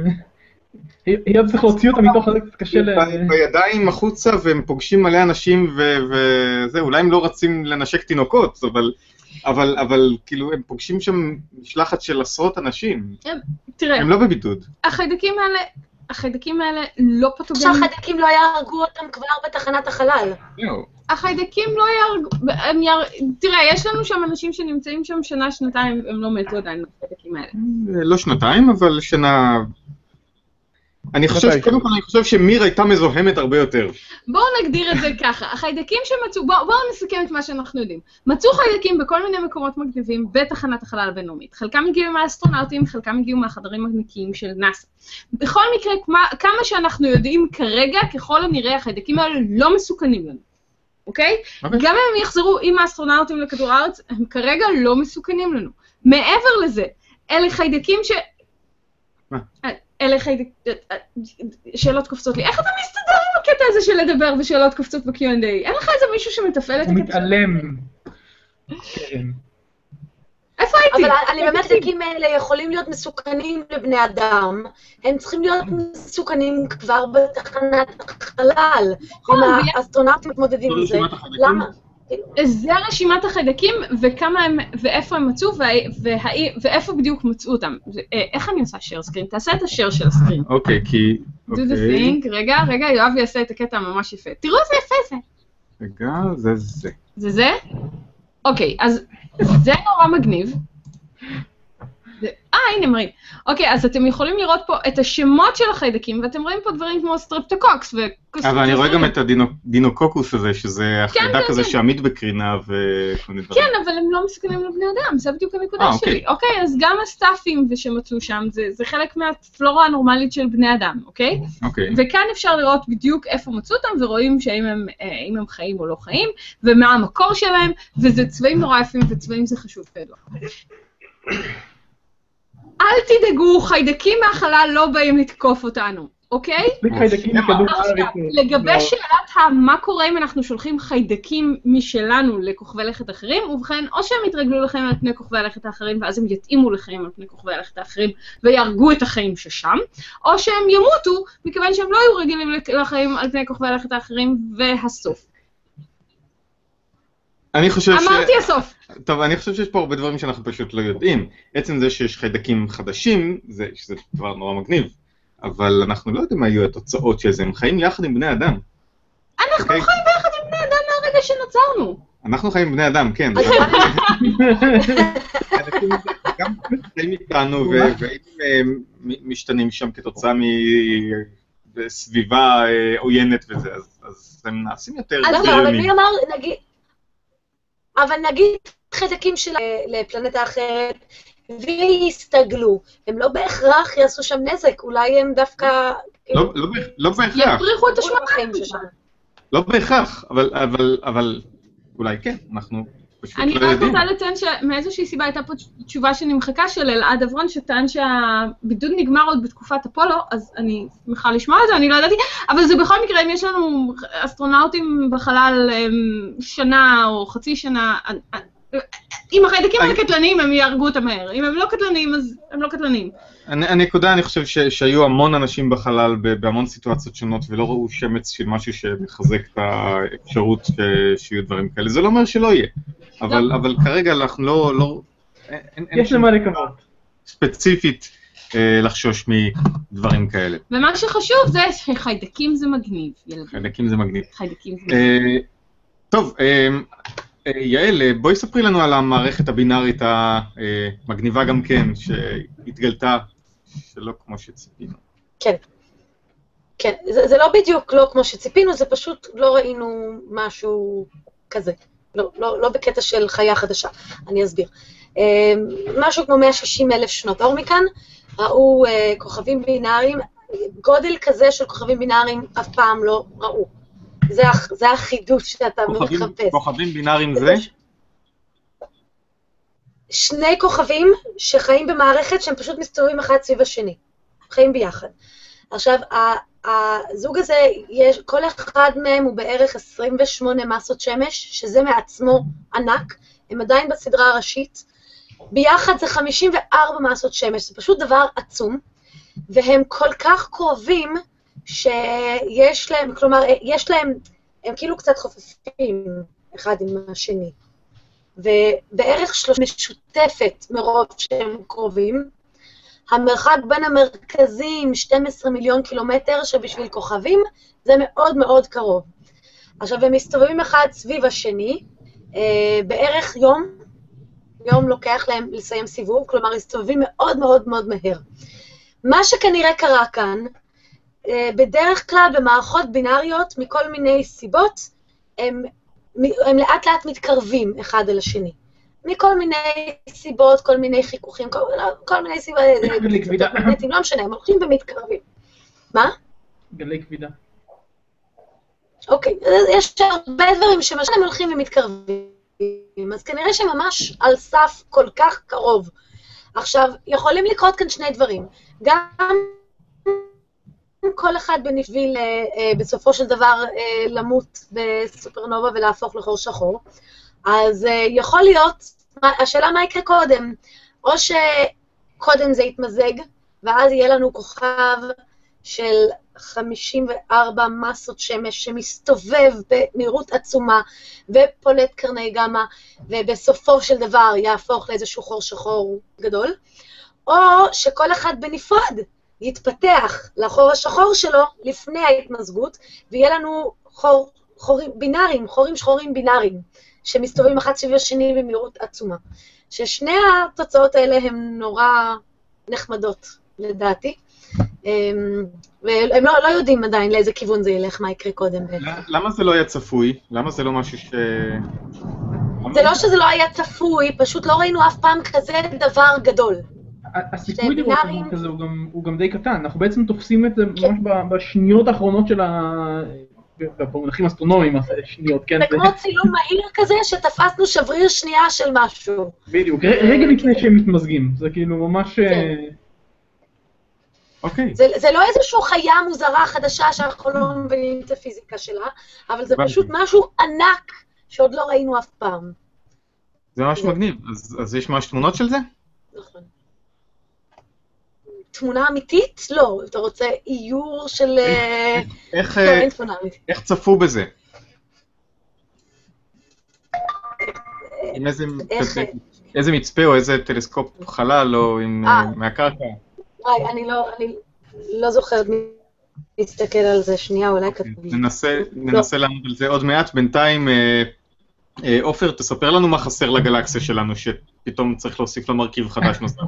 היא עוד צריך להוציא אותה מתוך הזה, קשה ל... בידיים החוצה והם פוגשים מלא אנשים וזה, אולי הם לא רצים לנשק תינוקות, אבל... אבל, אבל כאילו הם פוגשים שם משלחת של עשרות אנשים. הם, תראה, הם לא בבידוד. החיידקים האלה, החיידקים האלה לא פתוגנים. שהחיידקים לא יהרגו אותם כבר בתחנת החלל. לא. החיידקים לא יהרגו, הם יר... תראה, יש לנו שם אנשים שנמצאים שם שנה, שנתיים, הם לא מתו עדיין החיידקים האלה. לא שנתיים, אבל שנה... אני חושב, קודם כל אני חושב שמיר הייתה מזוהמת הרבה יותר. בואו נגדיר את זה ככה, החיידקים שמצאו, בואו בוא נסכם את מה שאנחנו יודעים. מצאו חיידקים בכל מיני מקומות מגניבים בתחנת החלל הבינלאומית. חלקם הגיעו מהאסטרונאוטים, חלקם הגיעו מהחדרים הנקיים של נאסא. בכל מקרה, כמה שאנחנו יודעים כרגע, ככל הנראה החיידקים האלה לא מסוכנים לנו. אוקיי? Okay? גם אם הם יחזרו עם האסטרונאוטים לכדור הארץ, הם כרגע לא מסוכנים לנו. מעבר לזה, אלה חיידקים ש... מה? אלה חיידקים... שאלות קופצות לי. איך אתה מסתדר עם הקטע הזה של לדבר ושאלות קופצות ב-קיו אנד איי? אין לך איזה מישהו שמתפעל את הקטע? הוא מתעלם. איפה הייתי? אבל אני באמת חיידקים האלה יכולים להיות מסוכנים לבני אדם. הם צריכים להיות מסוכנים כבר בתחנת החלל. אם האסטרונאוטים מתמודדים עם זה. למה? זה רשימת החיידקים, וכמה הם, ואיפה הם מצאו, ואיפה בדיוק מצאו אותם. איך אני עושה share screen? תעשה את השare של הסקרין. אוקיי, כי... do the thing, רגע, רגע, יואב יעשה את הקטע ממש יפה. תראו איזה יפה זה. רגע, זה זה. זה זה? אוקיי, אז זה נורא מגניב. אה, הנה מראים. אוקיי, אז אתם יכולים לראות פה את השמות של החיידקים, ואתם רואים פה דברים כמו סטרפטוקוקס ו... אבל אני רואה גם את הדינוקוקוס הזה, שזה החיידק הזה שעמיד בקרינה ו... כן, אבל הם לא מסוכנים לבני אדם, זה בדיוק הנקודה שלי. אוקיי, אז גם הסטאפים שמצאו שם, זה חלק מהפלורה הנורמלית של בני אדם, אוקיי? אוקיי. וכאן אפשר לראות בדיוק איפה מצאו אותם, ורואים שאם הם חיים או לא חיים, ומה המקור שלהם, וזה צבעים נורא יפים, וצבעים זה חשוב כדוע. אל תדאגו, חיידקים מהחלל לא באים לתקוף אותנו, אוקיי? לגבי שאלת מה קורה אם אנחנו שולחים חיידקים משלנו לכוכבי לכת אחרים, ובכן, או שהם יתרגלו לחיים על פני כוכבי לכת האחרים, ואז הם יתאימו לחיים על פני כוכבי לכת האחרים, ויהרגו את החיים ששם, או שהם ימותו, מכיוון שהם לא היו רגילים לחיים על פני כוכבי לכת האחרים, והסוף. אני חושב ש... אמרתי הסוף. טוב, אני חושב שיש פה הרבה דברים שאנחנו פשוט לא יודעים. עצם זה שיש חיידקים חדשים, זה, שזה דבר נורא מגניב. אבל אנחנו לא יודעים מה יהיו התוצאות של זה, הם חיים יחד עם בני אדם. אנחנו אוקיי? חיים ביחד עם בני אדם מהרגע שנוצרנו. אנחנו חיים עם בני אדם, כן. חיידקים גם חיים איתנו, ו- ואם הם משתנים שם כתוצאה מסביבה עוינת וזה, אז, אז הם נעשים יותר אז בריונים. אבל מי אמר, נגיד, אבל נגיד חיידקים של לפלנטה אחרת, ויסתגלו, הם לא בהכרח יעשו שם נזק, אולי הם דווקא... לא, לא, לא בהכרח. יפריחו את השמיים שם. לא בהכרח, אבל, אבל, אבל אולי כן, אנחנו פשוט אני לא רק יודעים. רוצה לציין שמאיזושהי סיבה הייתה פה תשובה שנמחקה של אלעד אברון, שטען שהבידוד נגמר עוד בתקופת אפולו, אז אני שמחה לשמוע את זה, אני לא ידעתי, אבל זה בכל מקרה, אם יש לנו אסטרונאוטים בחלל שנה או חצי שנה, אם החיידקים האלה קטלניים, הם יהרגו אותם מהר. אם הם לא קטלניים, אז הם לא קטלניים. הנקודה, אני חושב ש, שהיו המון אנשים בחלל בהמון סיטואציות שונות, ולא ראו שמץ של משהו שמחזק את האפשרות ש, שיהיו דברים כאלה. זה לא אומר שלא יהיה. אבל, אבל כרגע אנחנו לא... לא אין, יש למה לקוות. ספציפית אה, לחשוש מדברים כאלה. ומה שחשוב זה שחיידקים זה מגניב, ילדים. חיידקים זה מגניב. חיידקים זה מגניב. אה, טוב, אה, יעל, בואי ספרי לנו על המערכת הבינארית המגניבה גם כן, שהתגלתה שלא כמו שציפינו. כן. כן, זה, זה לא בדיוק לא כמו שציפינו, זה פשוט לא ראינו משהו כזה. לא, לא, לא בקטע של חיה חדשה, אני אסביר. משהו כמו מאה ושישים אלף שנות אור מכאן, ראו כוכבים בינאריים, גודל כזה של כוכבים בינאריים אף פעם לא ראו. זה, זה החידוש שאתה כוכבים, מחפש. כוכבים בינאריים זה? שני כוכבים שחיים במערכת שהם פשוט מסתובבים אחד סביב השני. חיים ביחד. עכשיו, הזוג הזה, יש, כל אחד מהם הוא בערך עשרים ושמונה מסות שמש, שזה מעצמו ענק, הם עדיין בסדרה הראשית. ביחד זה חמישים וארבע מסות שמש, זה פשוט דבר עצום, והם כל כך קרובים, שיש להם, כלומר, יש להם, הם כאילו קצת חופפים אחד עם השני. ובערך שלוש משותפת מרוב שהם קרובים, המרחק בין המרכזים שנים עשר מיליון קילומטר, שבשביל כוכבים זה מאוד מאוד קרוב. עכשיו, הם מסתובבים אחד סביב השני, אה, בערך יום, יום לוקח להם לסיים סיבוב, כלומר, מסתובבים מאוד מאוד מאוד מהר. מה שכנראה קרה כאן, בדרך כלל במערכות בינאריות, מכל מיני סיבות, הם, הם לאט לאט מתקרבים אחד אל השני. מכל מיני סיבות, כל מיני חיכוכים, כל, כל מיני סיבות, גלי כבידה. לא משנה, הם הולכים ומתקרבים. מה? גלי כבידה. אוקיי, יש הרבה דברים שמשנה הם הולכים ומתקרבים, אז כנראה שממש על סף כל כך קרוב. עכשיו, יכולים לקרות כאן שני דברים. גם כל אחד בנשביל בסופו של דבר למות בסופרנובה ולהפוך לחור שחור, אז יכול להיות, השאלה מה יקרה קודם, או שקודם זה יתמזג, ואז יהיה לנו כוכב של חמישים וארבע מסות שמש שמסתובב במהירות עצומה ופולט קרני גמא, ובסופו של דבר יהפוך לאיזשהו חור שחור גדול, או שכל אחד בנפרד יתפתח לחור השחור שלו לפני ההתמזגות, ויהיה לנו חור, חורים בינאריים, חורים שחורים בינאריים, שמסתובבים אחד סביב השני במהירות עצומה. ששני התוצאות האלה הן נורא נחמדות, לדעתי. והם לא, לא יודעים עדיין לאיזה כיוון זה ילך, מה יקרה קודם. למה זה לא היה צפוי? למה זה לא משהו ש... זה לא שזה לא היה צפוי, פשוט לא ראינו אף פעם כזה דבר גדול. הסיכוי לראות דבר כזה הוא גם, הוא גם די קטן, אנחנו בעצם תופסים את זה ממש בשניות האחרונות של ה... במונחים אסטרונומיים, שניות, כן? זה כמו צילום מהיר כזה שתפסנו שבריר שנייה של משהו. בדיוק, רגע לפני שהם מתמזגים, זה כאילו ממש... אוקיי. זה, זה לא איזושהי חיה מוזרה חדשה שאנחנו לא מבינים את הפיזיקה שלה, אבל זה פשוט משהו ענק שעוד לא ראינו אף פעם. זה ממש מגניב, אז, אז יש ממש תמונות של זה? נכון. תמונה אמיתית? לא. אתה רוצה איור של... איך, לא, אין תמונה אמיתית. איך צפו בזה? עם איזה, איך... איזה מצפה או איזה טלסקופ חלל או עם, מהקרקע? וואי, אני לא, אני לא זוכרת מי להסתכל על זה, שנייה, אולי כתוב לי. ננסה, ננסה לעמוד על זה עוד מעט, בינתיים, עופר, תספר לנו מה חסר לגלקסיה שלנו, שפתאום צריך להוסיף לה מרכיב חדש נוסף.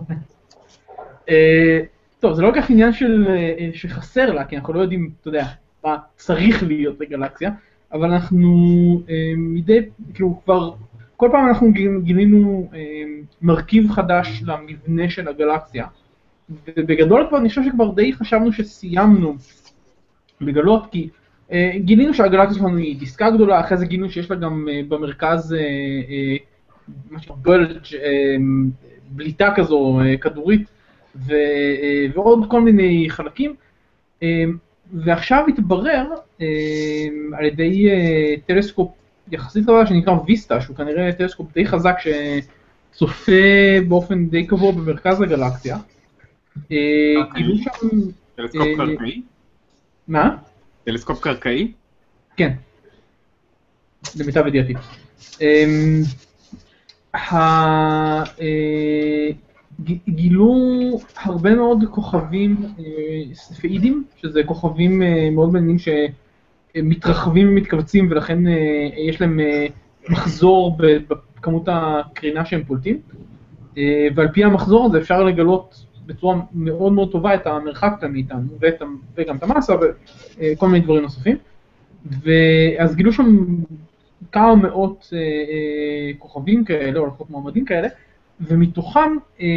טוב, זה לא כך עניין שחסר לה, כי אנחנו לא יודעים, אתה יודע, מה צריך להיות לגלקסיה, אבל אנחנו מדי, כאילו כבר, כל פעם אנחנו גילינו מרכיב חדש למבנה של הגלקסיה, ובגדול כבר אני חושב שכבר די חשבנו שסיימנו בגלות, כי גילינו שהגלקסיה שלנו היא דיסקה גדולה, אחרי זה גילינו שיש לה גם במרכז משהו בולג' בליטה כזו, כדורית, ועוד כל מיני חלקים, ועכשיו התברר על ידי טלסקופ יחסית חזק שנקרא ויסטה, שהוא כנראה טלסקופ די חזק שצופה באופן די קבוע במרכז הגלקסיה. גילו שם... טלסקופ קרקעי? מה? טלסקופ קרקעי? כן, למיטב ידיעתי. גילו הרבה מאוד כוכבים ספאידים, שזה כוכבים מאוד מעניינים שמתרחבים ומתכווצים ולכן יש להם מחזור בכמות הקרינה שהם פולטים, ועל פי המחזור הזה אפשר לגלות בצורה מאוד מאוד טובה את המרחק כאן מאיתנו וגם את המסה וכל מיני דברים נוספים. ואז גילו שם כמה מאות כוכבים כאלה או לפחות מועמדים כאלה, ומתוכם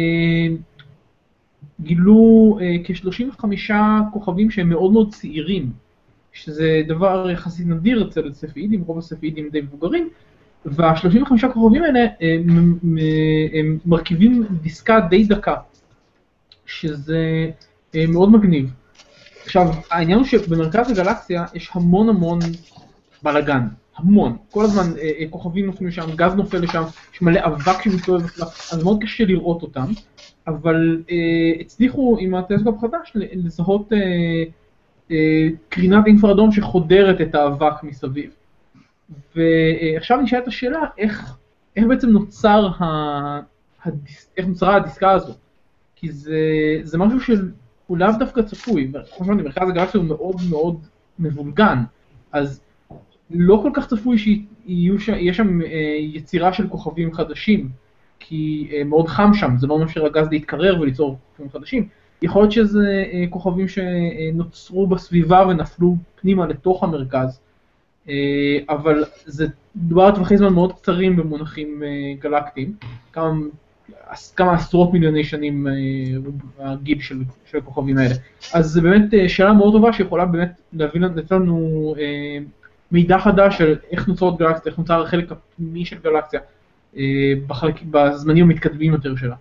גילו כ-שלושים וחמישה כוכבים שהם מאוד מאוד צעירים, שזה דבר יחסית נדיר אצל ספאידים, רוב הספאידים די מבוגרים, וה-שלושים וחמישה כוכבים האלה הם מרכיבים דיסקה די דקה, שזה מאוד מגניב. עכשיו, העניין הוא שבמרכז הגלקסיה יש המון המון בלגן. המון, כל הזמן אה, כוכבים נופלים לשם, גז נופל לשם, יש מלא אבק שמסתובב, אז מאוד קשה לראות אותם, אבל אה, הצליחו עם הטלסקופ חדש לזהות אה, אה, קרינת אינפרדום שחודרת את האבק מסביב. ועכשיו נשאלת השאלה, איך, איך בעצם נוצר ה, הדיס, איך נוצרה הדיסקה הזו? כי זה, זה משהו שהוא לאו דווקא צפוי, וחושבים, מרכז הגלקסיה הוא מאוד מאוד מבולגן, אז לא כל כך צפוי שיהיה שם יצירה של כוכבים חדשים, כי מאוד חם שם, זה לא מאפשר לגז להתקרר וליצור כוכבים חדשים. יכול להיות שזה כוכבים שנוצרו בסביבה ונפלו פנימה לתוך המרכז, אבל זה דובר על טווחי זמן מאוד קצרים במונחים גלקטיים, כמה, כמה עשרות מיליוני שנים הגיל של, של הכוכבים האלה. אז זה באמת שאלה מאוד טובה שיכולה באמת להביא לנו מידע חדש של איך נוצרות גלקסיה, איך נוצר החלק הפנימי של גלקסיה בחלק, בזמנים המתקדמים יותר שלה.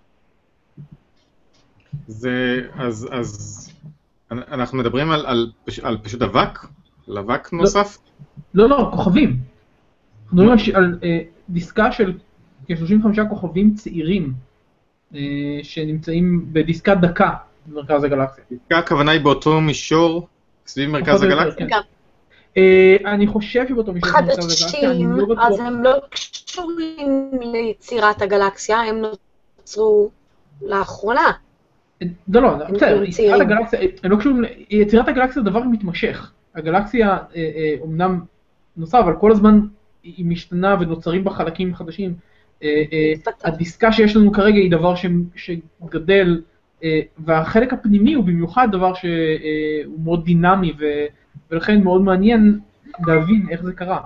זה, אז, אז אנחנו מדברים על, על, על פשוט אבק? על אבק נוסף? לא, לא, כוכבים. אנחנו מדברים על, על אה, דיסקה של כ-שלושים וחמישה כוכבים צעירים אה, שנמצאים בדיסקת דקה במרכז הגלקסיה. דיסקה הכוונה היא באותו מישור סביב מרכז הגלקסיה? כן. אני חושב שבאותו מישור במרכז הגלקסיה, אני לא בטוח. אז הם לא קשורים ליצירת הגלקסיה, הם נוצרו לאחרונה. לא, לא, בסדר, יצירת הגלקסיה, הם לא קשורים, יצירת הגלקסיה זה דבר מתמשך. הגלקסיה אומנם נוסף, אבל כל הזמן היא משתנה ונוצרים בה חלקים חדשים. הדיסקה שיש לנו כרגע היא דבר שגדל, והחלק הפנימי הוא במיוחד דבר שהוא מאוד דינמי ולכן מאוד מעניין להבין איך זה קרה.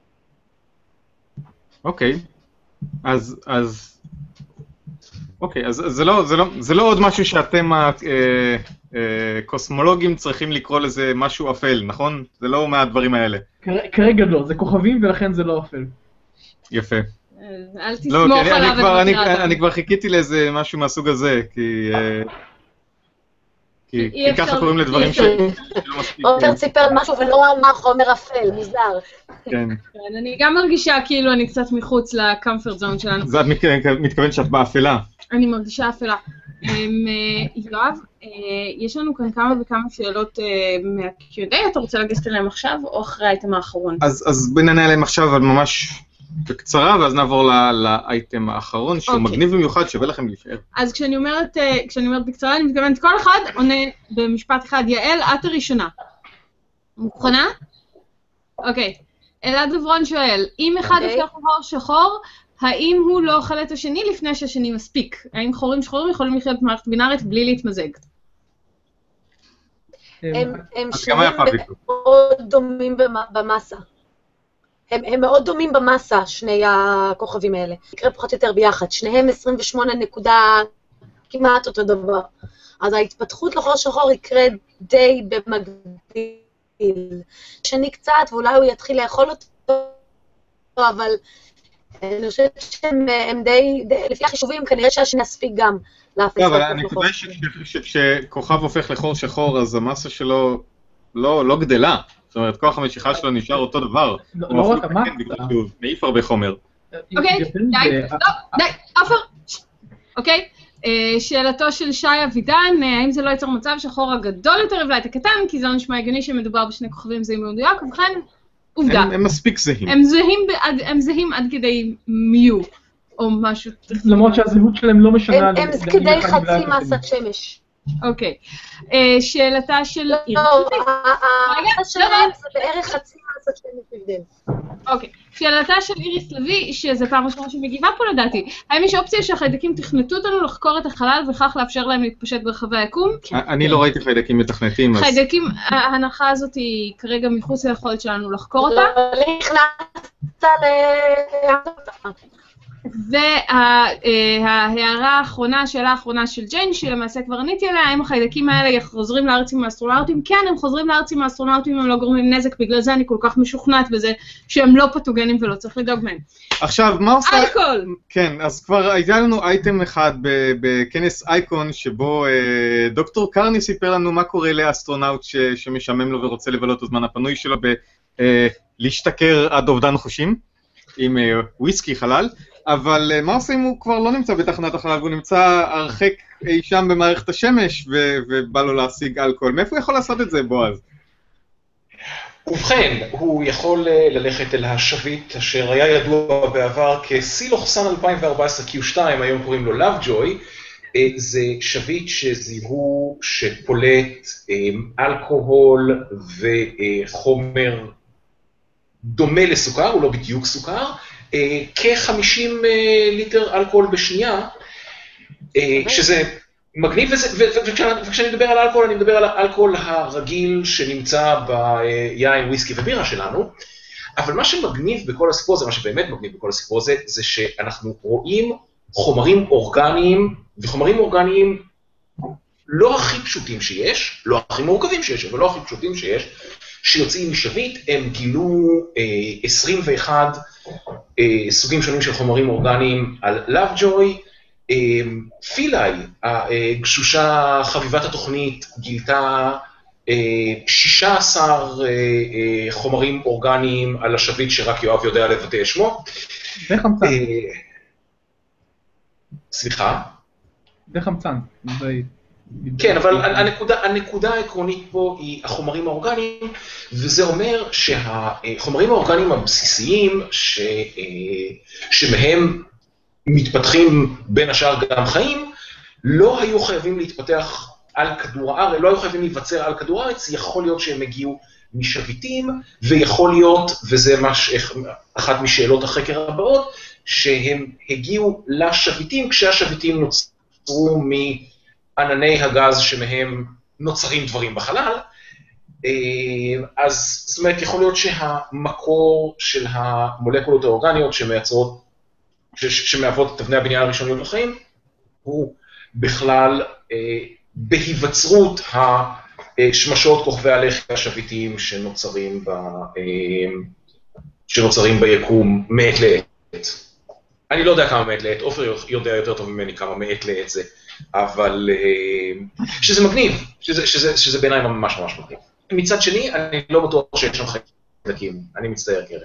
אוקיי, אז, אז, אוקיי, אז זה לא, זה לא, זה לא עוד משהו שאתם הקוסמולוגים צריכים לקרוא לזה משהו אפל, נכון? זה לא מהדברים האלה. כרגע לא, זה כוכבים ולכן זה לא אפל. יפה. אל תסמוך עליו את בקראת. אני כבר חיכיתי לאיזה משהו מהסוג הזה, כי... כי ככה קוראים לדברים ש... עופר סיפר על משהו ולא אמר חומר אפל, מוזר. כן. אני גם מרגישה כאילו אני קצת מחוץ לקומפורט זון שלנו. זה את מתכוונת שאת באפלה. אני מרגישה אפלה. יואב, יש לנו כאן כמה וכמה שאלות מה-קיו אנד איי, אתה רוצה לגשת אליהם עכשיו או אחרי האייטם האחרון? אז בואי נענה עליהם עכשיו, אבל ממש בקצרה, ואז נעבור לאייטם האחרון, שהוא מגניב במיוחד, שווה לכם להישאר. אז כשאני אומרת, כשאני אומרת בקצרה, אני מתכוונת, כל אחד עונה במשפט אחד. יעל, את הראשונה. מוכנה? אוקיי. אלעד לברון שואל, אם אחד הופך לחור שחור, האם הוא לא אוכל את השני לפני שהשני מספיק? האם חורים שחורים יכולים לחיות במערכת בינארית בלי להתמזג? הם שונים מאוד דומים במסה. הם מאוד דומים במסה, שני הכוכבים האלה. יקרה פחות יותר ביחד. שניהם עשרים ושמונה נקודה כמעט אותו דבר. אז ההתפתחות לחור שחור יקרה די במקביל. שני קצת, ואולי הוא יתחיל לאכול אותו, אבל אני חושבת שהם די, לפי החישובים, כנראה שהשני נספיק גם להפס. לא, אבל אני חושב שכשכוכב הופך לחור שחור, אז המסה שלו לא גדלה. זאת אומרת, כוח המשיכה שלו נשאר אותו דבר. לא רק המסה. הוא מעיף הרבה חומר. אוקיי, די, די, עופר. אוקיי, שאלתו של שי אבידן, האם זה לא יצר מצב שהחור הגדול יותר יבלע את הקטן, כי זה לא נשמע הגיוני שמדובר בשני כוכבים זהים במדויק, ובכן, עובדה. הם מספיק זהים. הם זהים עד כדי מיו, או משהו. למרות שהזהות שלהם לא משנה. הם כדי חצי מסת שמש. אוקיי. שאלתה של... לא, המסה שלהם זה בערך חצי מסת שמש הבדל. אוקיי. שאלתה של איריס לוי, שזה פעם ראשונה שמגיבה פה לדעתי, האם יש אופציה שהחיידקים תכנתו אותנו לחקור את החלל וכך לאפשר להם להתפשט ברחבי היקום? אני לא ראיתי חיידקים מתכנתים. חיידקים, ההנחה הזאת היא כרגע מחוץ ליכולת שלנו לחקור אותה. לא נכנסת ל... וההערה האחרונה, השאלה האחרונה של ג'יין, שלמעשה כבר עניתי עליה, האם החיידקים האלה חוזרים לארץ עם האסטרונאוטים? כן, הם חוזרים לארץ עם האסטרונאוטים, הם לא גורמים נזק, בגלל זה אני כל כך משוכנעת בזה שהם לא פתוגנים ולא צריך לדאוג מהם. עכשיו, מה עושה... אלכוהול! כן, אז כבר היה לנו אייטם אחד בכנס אייקון, שבו דוקטור קרני סיפר לנו מה קורה לאסטרונאוט שמשמם לו ורוצה לבלות את הזמן הפנוי שלו בלהשתכר עד אובדן חושים, עם וויסקי חלל. אבל מה עושה אם הוא כבר לא נמצא בתחנת החלל, והוא נמצא הרחק אי שם במערכת השמש, ובא לו להשיג אלכוהול? מאיפה הוא יכול לעשות את זה, בועז? ובכן, הוא יכול ללכת אל השביט, אשר היה ידוע בעבר כ-סי אלפיים וארבע עשרה קיו שתיים, היום קוראים לו Lovejoy. זה שביט שזיהו שפולט אלכוהול וחומר דומה לסוכר, הוא לא בדיוק סוכר, כ-חמישים ליטר אלכוהול בשנייה, שזה מגניב, וכשאני מדבר על אלכוהול, אני מדבר על האלכוהול הרגיל שנמצא ביין, וויסקי ובירה שלנו, אבל מה שמגניב בכל הסיפור הזה, מה שבאמת מגניב בכל הסיפור הזה, זה שאנחנו רואים חומרים אורגניים, וחומרים אורגניים לא הכי פשוטים שיש, לא הכי מורכבים שיש, אבל לא הכי פשוטים שיש, שיוצאים משביט, הם גילו עשרים ואחד סוגים שונים של חומרים אורגניים על Lovejoy. פילאי, הגשושה חביבת התוכנית, גילתה שישה עשר חומרים אורגניים על השביט שרק יואב יודע לבטא שמו. זה חמצן. סליחה? זה חמצן. כן, אבל הנקודה, הנקודה העקרונית פה היא החומרים האורגניים, וזה אומר שהחומרים האורגניים הבסיסיים ש... שמהם מתפתחים בין השאר גם חיים, לא היו חייבים להתפתח על כדור הארץ, לא היו חייבים להיווצר על כדור הארץ, יכול להיות שהם הגיעו משביטים, ויכול להיות, וזה מש... אחת משאלות החקר הבאות, שהם הגיעו לשביטים, כשהשביטים נוצרו מ... ענני הגז שמהם נוצרים דברים בחלל, אז זאת אומרת, יכול להיות שהמקור של המולקולות האורגניות שמייצרות, שמהוות את אבני הבניין הראשוניות לחיים, הוא בכלל בהיווצרות השמשות כוכבי הלכת השביטים שנוצרים, ב, שנוצרים ביקום מעת לעת. אני לא יודע כמה מעת לעת, עופר יודע יותר טוב ממני כמה מעת לעת זה. אבל שזה מגניב, שזה, שזה, שזה בעיניי ממש ממש מגניב. מצד שני, אני לא בטוח שיש שם חיידקים, אני מצטער קרן.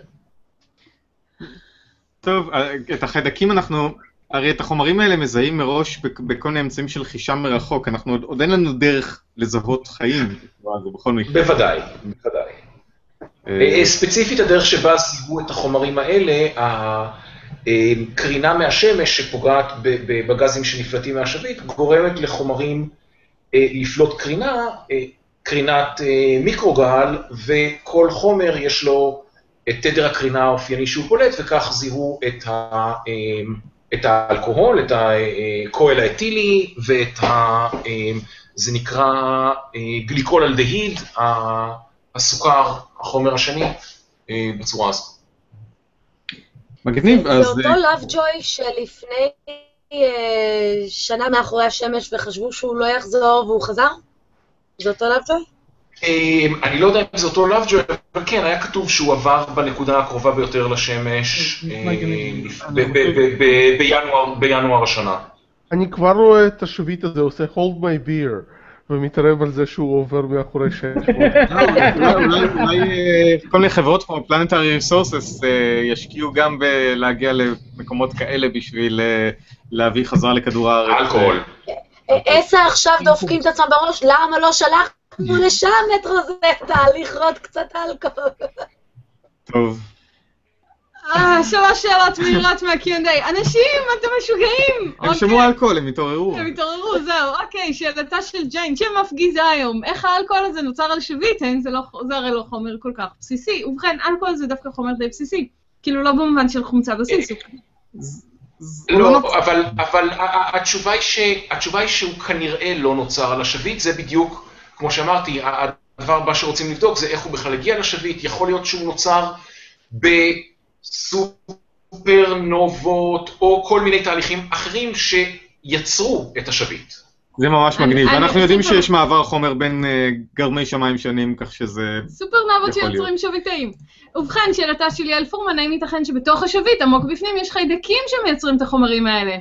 טוב, את החיידקים אנחנו, הרי את החומרים האלה מזהים מראש בכל מיני אמצעים של חישה מרחוק, אנחנו עוד אין לנו דרך לזהות חיים, בכל מקרה. בוודאי, בוודאי. ספציפית הדרך שבה זיהו את החומרים האלה, הקרינה מהשמש שפוגעת בגזים שנפלטים מהשביט, גורמת לחומרים לפלוט קרינה, קרינת מיקרוגל, וכל חומר יש לו את תדר הקרינה האופייני שהוא פולט, וכך זיהו את, ה, את האלכוהול, את הכוהל האתילי, ואת ה... זה נקרא גליקולאלדהיד, הסוכר, החומר השני, בצורה הזו. מגניב, אז... זה אותו לאב-ג'וי שלפני שנה מאחורי השמש וחשבו שהוא לא יחזור והוא חזר? זה אותו לאב-ג'וי? אני לא יודע אם זה אותו לאב-ג'וי, אבל כן, היה כתוב שהוא עבר בנקודה הקרובה ביותר לשמש בינואר השנה. אני כבר רואה את השביט הזה עושה hold my beer, ומתערב על זה שהוא עובר מאחורי שמש. אולי כל מיני חברות כמו Planetary Resources ישקיעו גם בלהגיע למקומות כאלה בשביל להביא חזרה לכדור הארץ. אלכוהול. עשה עכשיו דופקים את עצמם בראש, למה לא שלחנו לשם את רוזטה, לכרות קצת אלכוהול. טוב. אה, שלוש שאלות מהירות מה-קיו אנד איי. אנשים, אתם משוגעים! הם שמעו אלכוהול, הם התעוררו. הם התעוררו, זהו. אוקיי, שאלתה של ג'יין, שם מפגיזה היום. איך האלכוהול הזה נוצר על שביט? זה הרי לא חומר כל כך בסיסי. ובכן, אלכוהול זה דווקא חומר די בסיסי. כאילו לא במובן של חומצה בסיס. לא, אבל התשובה היא שהוא כנראה לא נוצר על השביט. זה בדיוק, כמו שאמרתי, הדבר הבא שרוצים לבדוק זה איך הוא בכלל הגיע לשביט. יכול להיות שהוא נוצר ב... סופרנובות או כל מיני תהליכים אחרים שיצרו את השביט. זה ממש מגניב, ואנחנו יודעים שיש מעבר חומר בין גרמי שמיים שונים, כך שזה... סופרנובות שיוצרים שביטאים. ובכן, שאלתה של יעל פורמן, האם ייתכן שבתוך השביט, עמוק בפנים, יש חיידקים שמייצרים את החומרים האלה?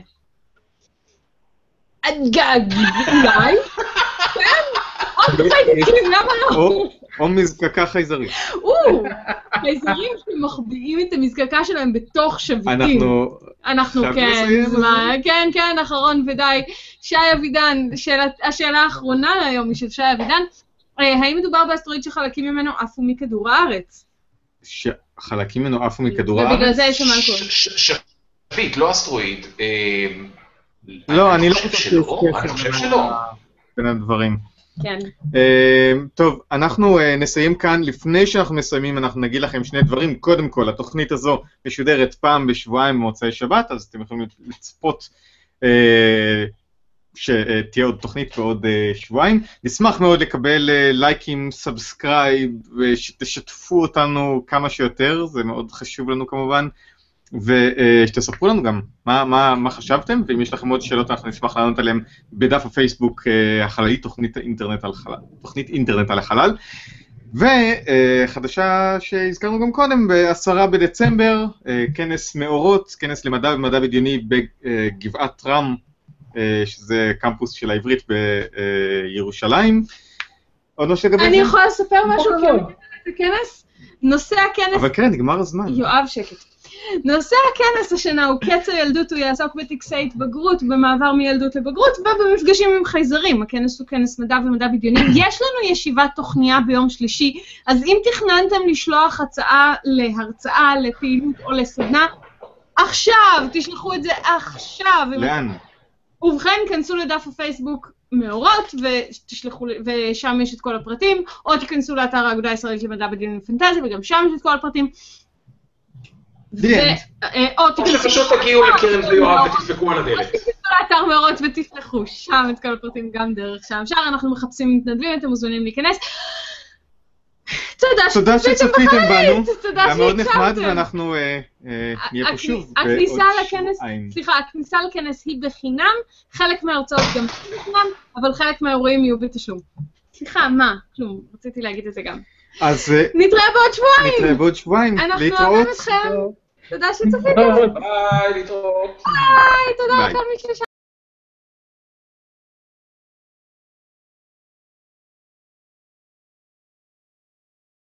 גג, אולי? כן? עוד חיידקים, למה לא? או מזקקה חייזרית. או, חייזרים שמחביאים את המזקקה שלהם בתוך שביטים. אנחנו... אנחנו, כן, כן, כן, אחרון ודי. שי אבידן, השאלה האחרונה להיום היא של שי אבידן, האם מדובר באסטרואיד שחלקים ממנו עפו מכדור הארץ? שחלקים ממנו עפו מכדור הארץ? ובגלל זה יש שם אלכוהול. שביט, לא אסטרואיד. לא, אני לא חושב שלא. אני חושב שלא. בין הדברים. כן. טוב, אנחנו נסיים כאן. לפני שאנחנו מסיימים, אנחנו נגיד לכם שני דברים. קודם כל, התוכנית הזו משודרת פעם בשבועיים במוצאי שבת, אז אתם יכולים לצפות שתהיה עוד תוכנית בעוד שבועיים. נשמח מאוד לקבל לייקים, סאבסקרייב, ושתשתפו אותנו כמה שיותר, זה מאוד חשוב לנו כמובן. ושתספרו לנו גם מה, מה, מה חשבתם, ואם יש לכם עוד שאלות אנחנו נשמח לענות עליהן בדף הפייסבוק החללי, תוכנית אינטרנט על חלל, תוכנית אינטרנט על החלל. וחדשה שהזכרנו גם קודם, בעשרה בדצמבר, כנס מאורות, כנס למדע ומדע בדיוני בגבעת רם, שזה קמפוס של העברית בירושלים. עוד לא שגבי? אני יכולה לספר משהו כנס? נושא הכנס... אבל כן, נגמר הזמן. יואב שקט. נושא הכנס השנה הוא קץ הילדות, הוא יעסוק בטקסי התבגרות, במעבר מילדות לבגרות ובמפגשים עם חייזרים. הכנס הוא כנס מדע ומדע בדיוני. יש לנו ישיבת תוכניה ביום שלישי, אז אם תכננתם לשלוח הצעה להרצאה, לפעילות או לסדנה, עכשיו, תשלחו את זה עכשיו. לאן? ובכן, כנסו לדף הפייסבוק מאורות, ותשלחו, ושם יש את כל הפרטים, או תיכנסו לאתר האגודה הישראלית למדע בדיוני ופנטזיה, וגם שם יש את כל הפרטים. או שפשוט תגיעו לקרן ויואב ותדפקו על הדלת. תיכנסו לאתר מאורות ותפתחו שם את כל הפרטים גם דרך שם. שם אנחנו מחפשים מתנדבים, אתם מוזמנים להיכנס. תודה שצפיתם בנו, היה מאוד נחמד ואנחנו נהיה פה שוב בעוד שבועיים. סליחה, הכניסה לכנס היא בחינם, חלק מההרצאות גם בחינם, אבל חלק מהאירועים יהיו בתשלום. סליחה, מה? כלום, רציתי להגיד את זה גם. אז נתראה בעוד שבועיים! נתראה בעוד שבועיים, אנחנו להתראות. אוהבים אתכם, תודה שצפיתם. ביי, להתראות. ביי, תודה לכל מי ששם.